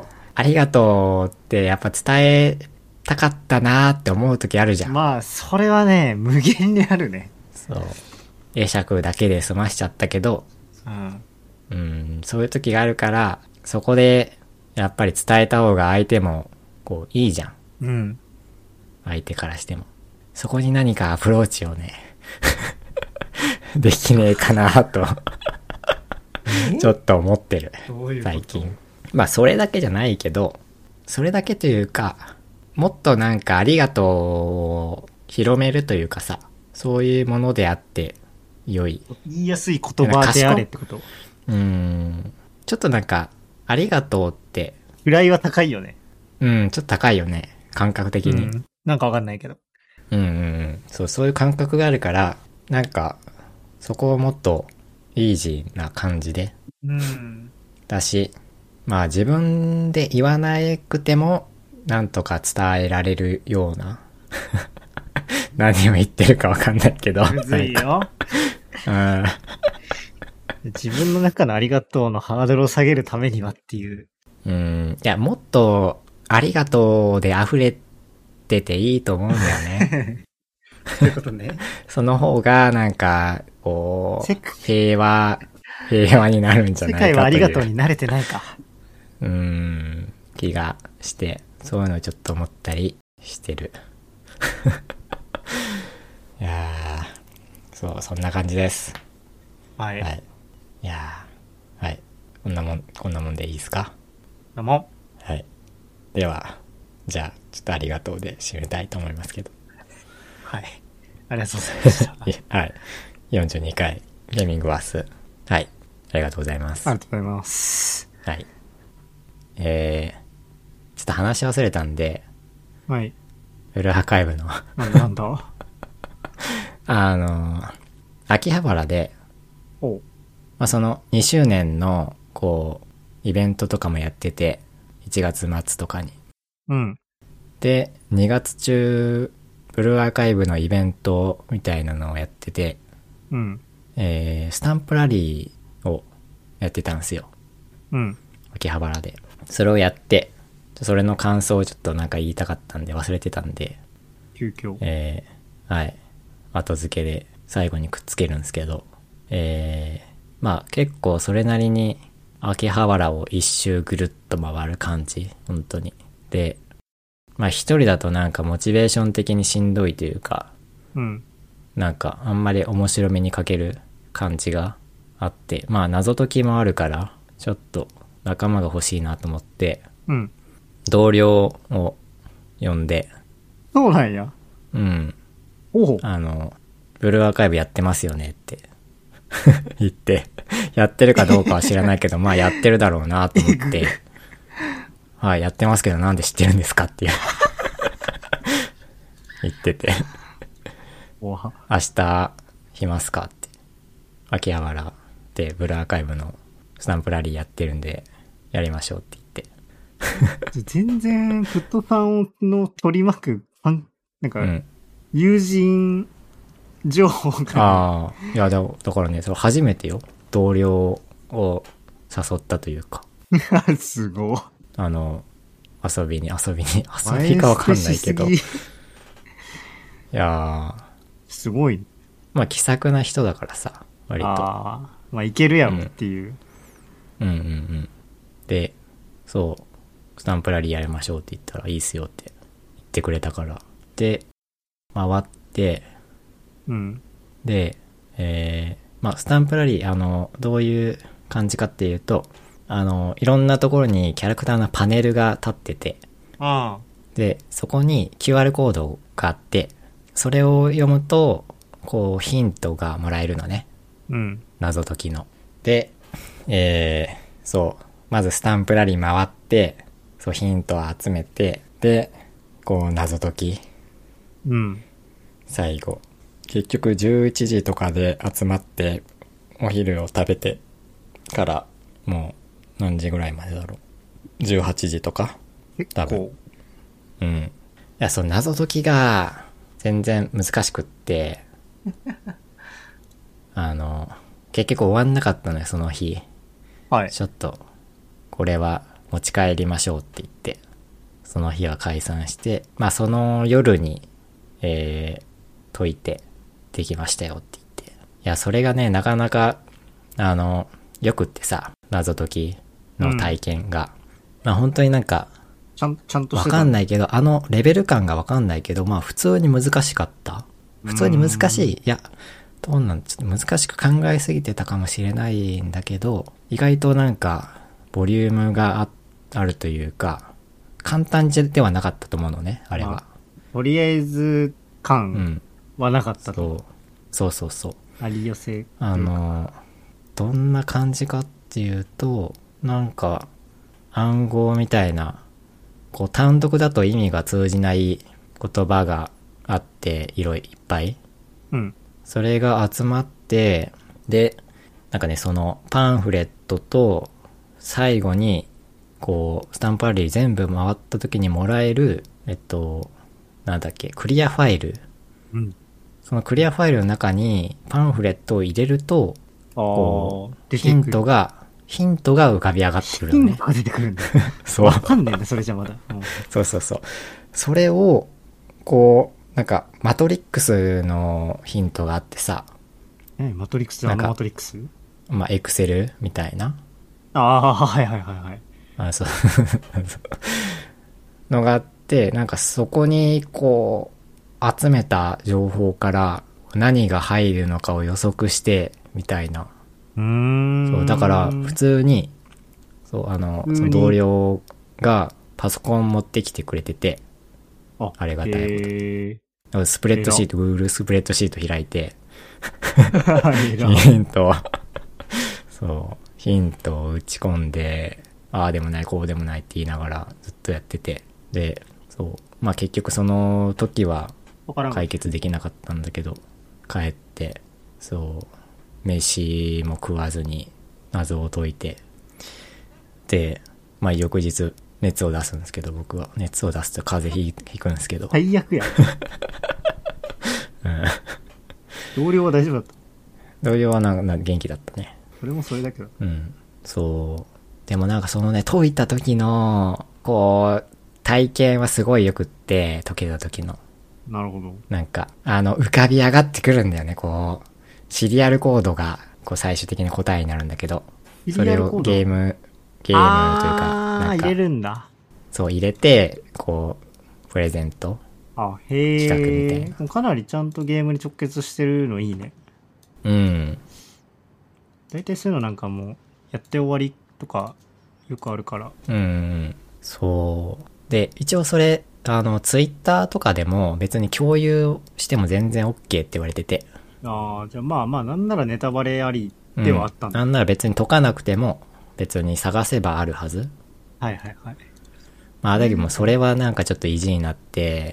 ありがとうってやっぱ伝えたかったなって思う時あるじゃん。 まあ、それはね、無限にあるね。 そう。会釈だけで済ましちゃったけど、そういう時があるから、そこで、やっぱり伝えた方が相手も、こう、いいじゃん。相手からしても。そこに何かアプローチをね、できねえかなと、ちょっと思ってる。最近。まあ、それだけじゃないけど、それだけというか、もっとなんかありがとうを広めるというかさ、そういうものであって、良い。 言いやすい言葉であれってこと。 ちょっとなんか、ありがとうって。 位は高いよね。 うん、ちょっと高いよね。感覚的に。 なんかわかんないけど。 そういう感覚があるから、なんか、そこをもっとイージーな感じで。だし、まあ自分で言わなくても、なんとか伝えられるような。何を言ってるかわかんないけど。 むずいよ。自分の中のありがとうのハードルを下げるためにはっていう。 いや、もっと、ありがとうで溢れてていいと思うんだよね。 そういうことね。 その方が、なんか、こう、平和になるんじゃないかという。世界はありがとうに慣れてないか。 気がして、そういうのをちょっと思ったりしてる。いやー、そんな感じです。 はい。 はい。いやー、はい。こんなもんでいいですか？ どうも。 はい。では、じゃあ、ちょっとありがとうで締めたいと思いますけど。 はい。ありがとうございました。 はい。42回、ゲーミングワース。はい。ありがとうございます。 ありがとうございます。 はい。ちょっと話し忘れたんで、 はい。 フルアーカイブのなんだ秋葉原で、まあ、その2周年の、こう、イベントとかもやってて、1月末とかに。で、2月中、ブルーアーカイブのイベントみたいなのをやってて、スタンプラリーをやってたんですよ。秋葉原で。それをやって、それの感想をちょっとなんか言いたかったんで忘れてたんで、 急遽。 はい。後付けで最後にくっつけるんですけど、まあ結構それなりに秋葉原を一周ぐるっと回る感じ、本当に。で、まあ一人だとなんかモチベーション的にしんどいというか、なんかあんまり面白みに欠ける感じがあって、まあ謎解きもあるから、ちょっと仲間が欲しいなと思って、同僚を呼んで、 そうなんや。 ブルーアーカイブやってますよねって言って、やってるかどうかは知らないけど、まあやってるだろうなと思って、はい、やってますけどなんで知ってるんですかっていう言ってて明日暇っすかって。秋葉原でブルーアーカイブのスタンプラリーやってるんで、やりましょうって言って。 全然、フットさんの取り巻く、なんか、友人情報が。 いや、だからね、それ初めてよ。同僚を誘ったというか。 すごい。 遊びかわかんないけど。いやすごい。 まあ気さくな人だからさ、割と。 まあいけるやろっていう。 で、そう、スタンプラリーやりましょうって言ったらいいっすよって言ってくれたから。で、回って、で、まあスタンプラリー、どういう感じかっていうと、いろんなところにキャラクターのパネルが立ってて、で、そこに QR コードがあって、それを読むと、こう、ヒントがもらえるのね。謎解きの。で、そう、まずスタンプラリー回って、そう、ヒントを集めて、で、こう、謎解き。最後。結局11時とかで集まって、お昼を食べてから、もう、何時ぐらいまでだろう。18時とか多分。いや、そう、謎解きが、全然難しくって、結局終わんなかったのよ、その日。ちょっと、これは持ち帰りましょうって言って、その日は解散して、まあその夜に、解いてできましたよって言って。いや、それがね、なかなか、よくってさ、謎解きの体験が。まあ本当になんか、 ちゃんとわかんないけど、レベル感がわかんないけど、まあ普通に難しかった。普通に難しい。いや、どうなん、ちょっと難しく考えすぎてたかもしれないんだけど、意外となんか、ボリュームがあるというか、簡単ではなかったと思うのね、あれは。 とりあえず感はなかったと。 そう。 あり寄せ。 どんな感じかっていうと、なんか、暗号みたいなこう単独だと意味が通じない言葉があって、いっぱい。 うん。 それが集まって、で、なんかね、そのパンフレットと最後に、こう、スタンプラリー全部回った時にもらえる、なんだっけ、クリアファイル。 うん。 そのクリアファイルの中にパンフレットを入れると、こう、ヒントが浮かび上がってくるのね。 ヒントが出てくるんだ。 そう。 わかんねえんだ、それじゃまだ。 そうそうそう。それを、こう、なんか、マトリックスのヒントがあってさ。 マトリックスマトリックスまあ、エクセルみたいな。 ああ、はいはいはいはい。 そう。のがあって、なんかそこに、こう、集めた情報から何が入るのかを予測して、みたいな。そう、だから、普通に、そう、その同僚がパソコン持ってきてくれてて、ありがたいこと。スプレッドシート、Google スプレッドシート開いて、ヒントを打ち込んで、ああでもない、こうでもないって言いながらずっとやってて、で、そう、まあ結局その時は解決できなかったんだけど、帰って、そう、飯も食わずに謎を解いて、で、まあ翌日熱を出すんですけど、僕は熱を出すと風邪ひくんですけど。 最悪や。同僚は大丈夫だった？ 同僚は元気だったね。 それもそれだけど。 うん。そう。でもなんかそのね、解いた時の、こう、体験はすごいよくって、解けた時の。 なるほど。 なんか、浮かび上がってくるんだよね、こう。シリアルコードが、こう最終的に答えになるんだけど。それをゲームというか、なんか。 入れるんだ。 そう、入れて、こう、プレゼント。 へえ。 企画みたいな。 かなりちゃんとゲームに直結してるのいいね。 うん。 大体そういうのなんかもう、やって終わりとか、よくあるから。 そう。で、一応それ、ツイッターとかでも別に共有しても全然 OK って言われてて。 じゃあまあまあ、なんならネタバレありではあったんだ。 なんなら別に解かなくても、別に探せばあるはず。 はいはいはい。 まあ、だけどもそれはなんかちょっと意地になって、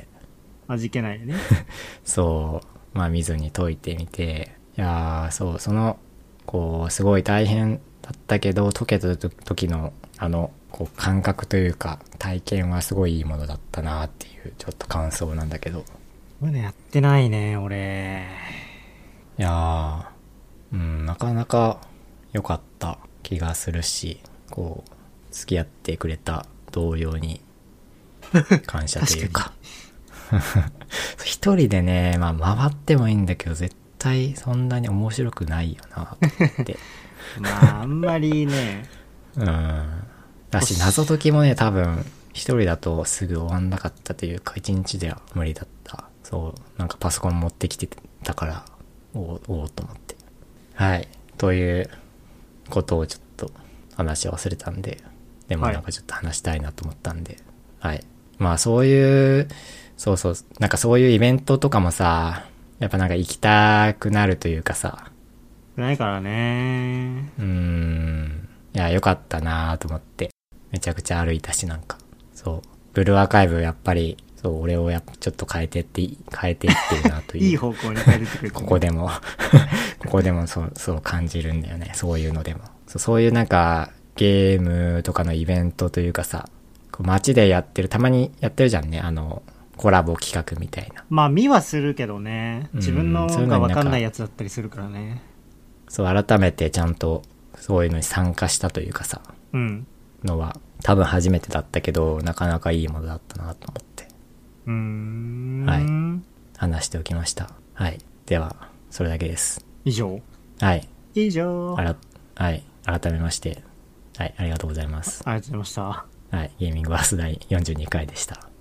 味気ないよね。 そう。まあ見ずに解いてみて、いやー、そう、こう、すごい大変だったけど、解けた時の、こう、感覚というか、体験はすごいいいものだったなっていう、ちょっと感想なんだけど。 まだやってないね、俺。 いやー、なかなか良かった気がするし、こう、付き合ってくれた同僚に感謝というか。一人でね、まあ回ってもいいんだけど、絶対そんなに面白くないよな、って。 まあ、あんまりね。 だし、謎解きもね、多分、一人だとすぐ終わんなかったというか、一日では無理だった。そう、なんかパソコン持ってきてたから、おうと思って。はい。ということをちょっと話を忘れたんで、でもなんかちょっと話したいなと思ったんで、はい。まあそういう、そう、なんかそういうイベントとかもさ、やっぱなんか行きたくなるというかさ。 ないからね。 いや、よかったなと思って。めちゃくちゃ歩いたし、なんか。そう。ブルーアーカイブやっぱり、そう、俺をちょっと変えていってるなという。 いい方向に変えてくれて、 ここでもそう感じるんだよね。そういうのでも。そういうなんか、ゲームとかのイベントというかさ、街でやってる、たまにやってるじゃんね。コラボ企画みたいな。 まあ見はするけどね。自分のが分かんないやつだったりするからね。 そう、改めてちゃんとそういうのに参加したというかさ、のは多分初めてだったけど、なかなかいいものだったなと思って。はい。話しておきました。はい。では、それだけです。 以上。 はい。 以上。 はい。改めまして、はい、ありがとうございます。 ありがとうございました。 はい。ゲーミングバース第42回でした。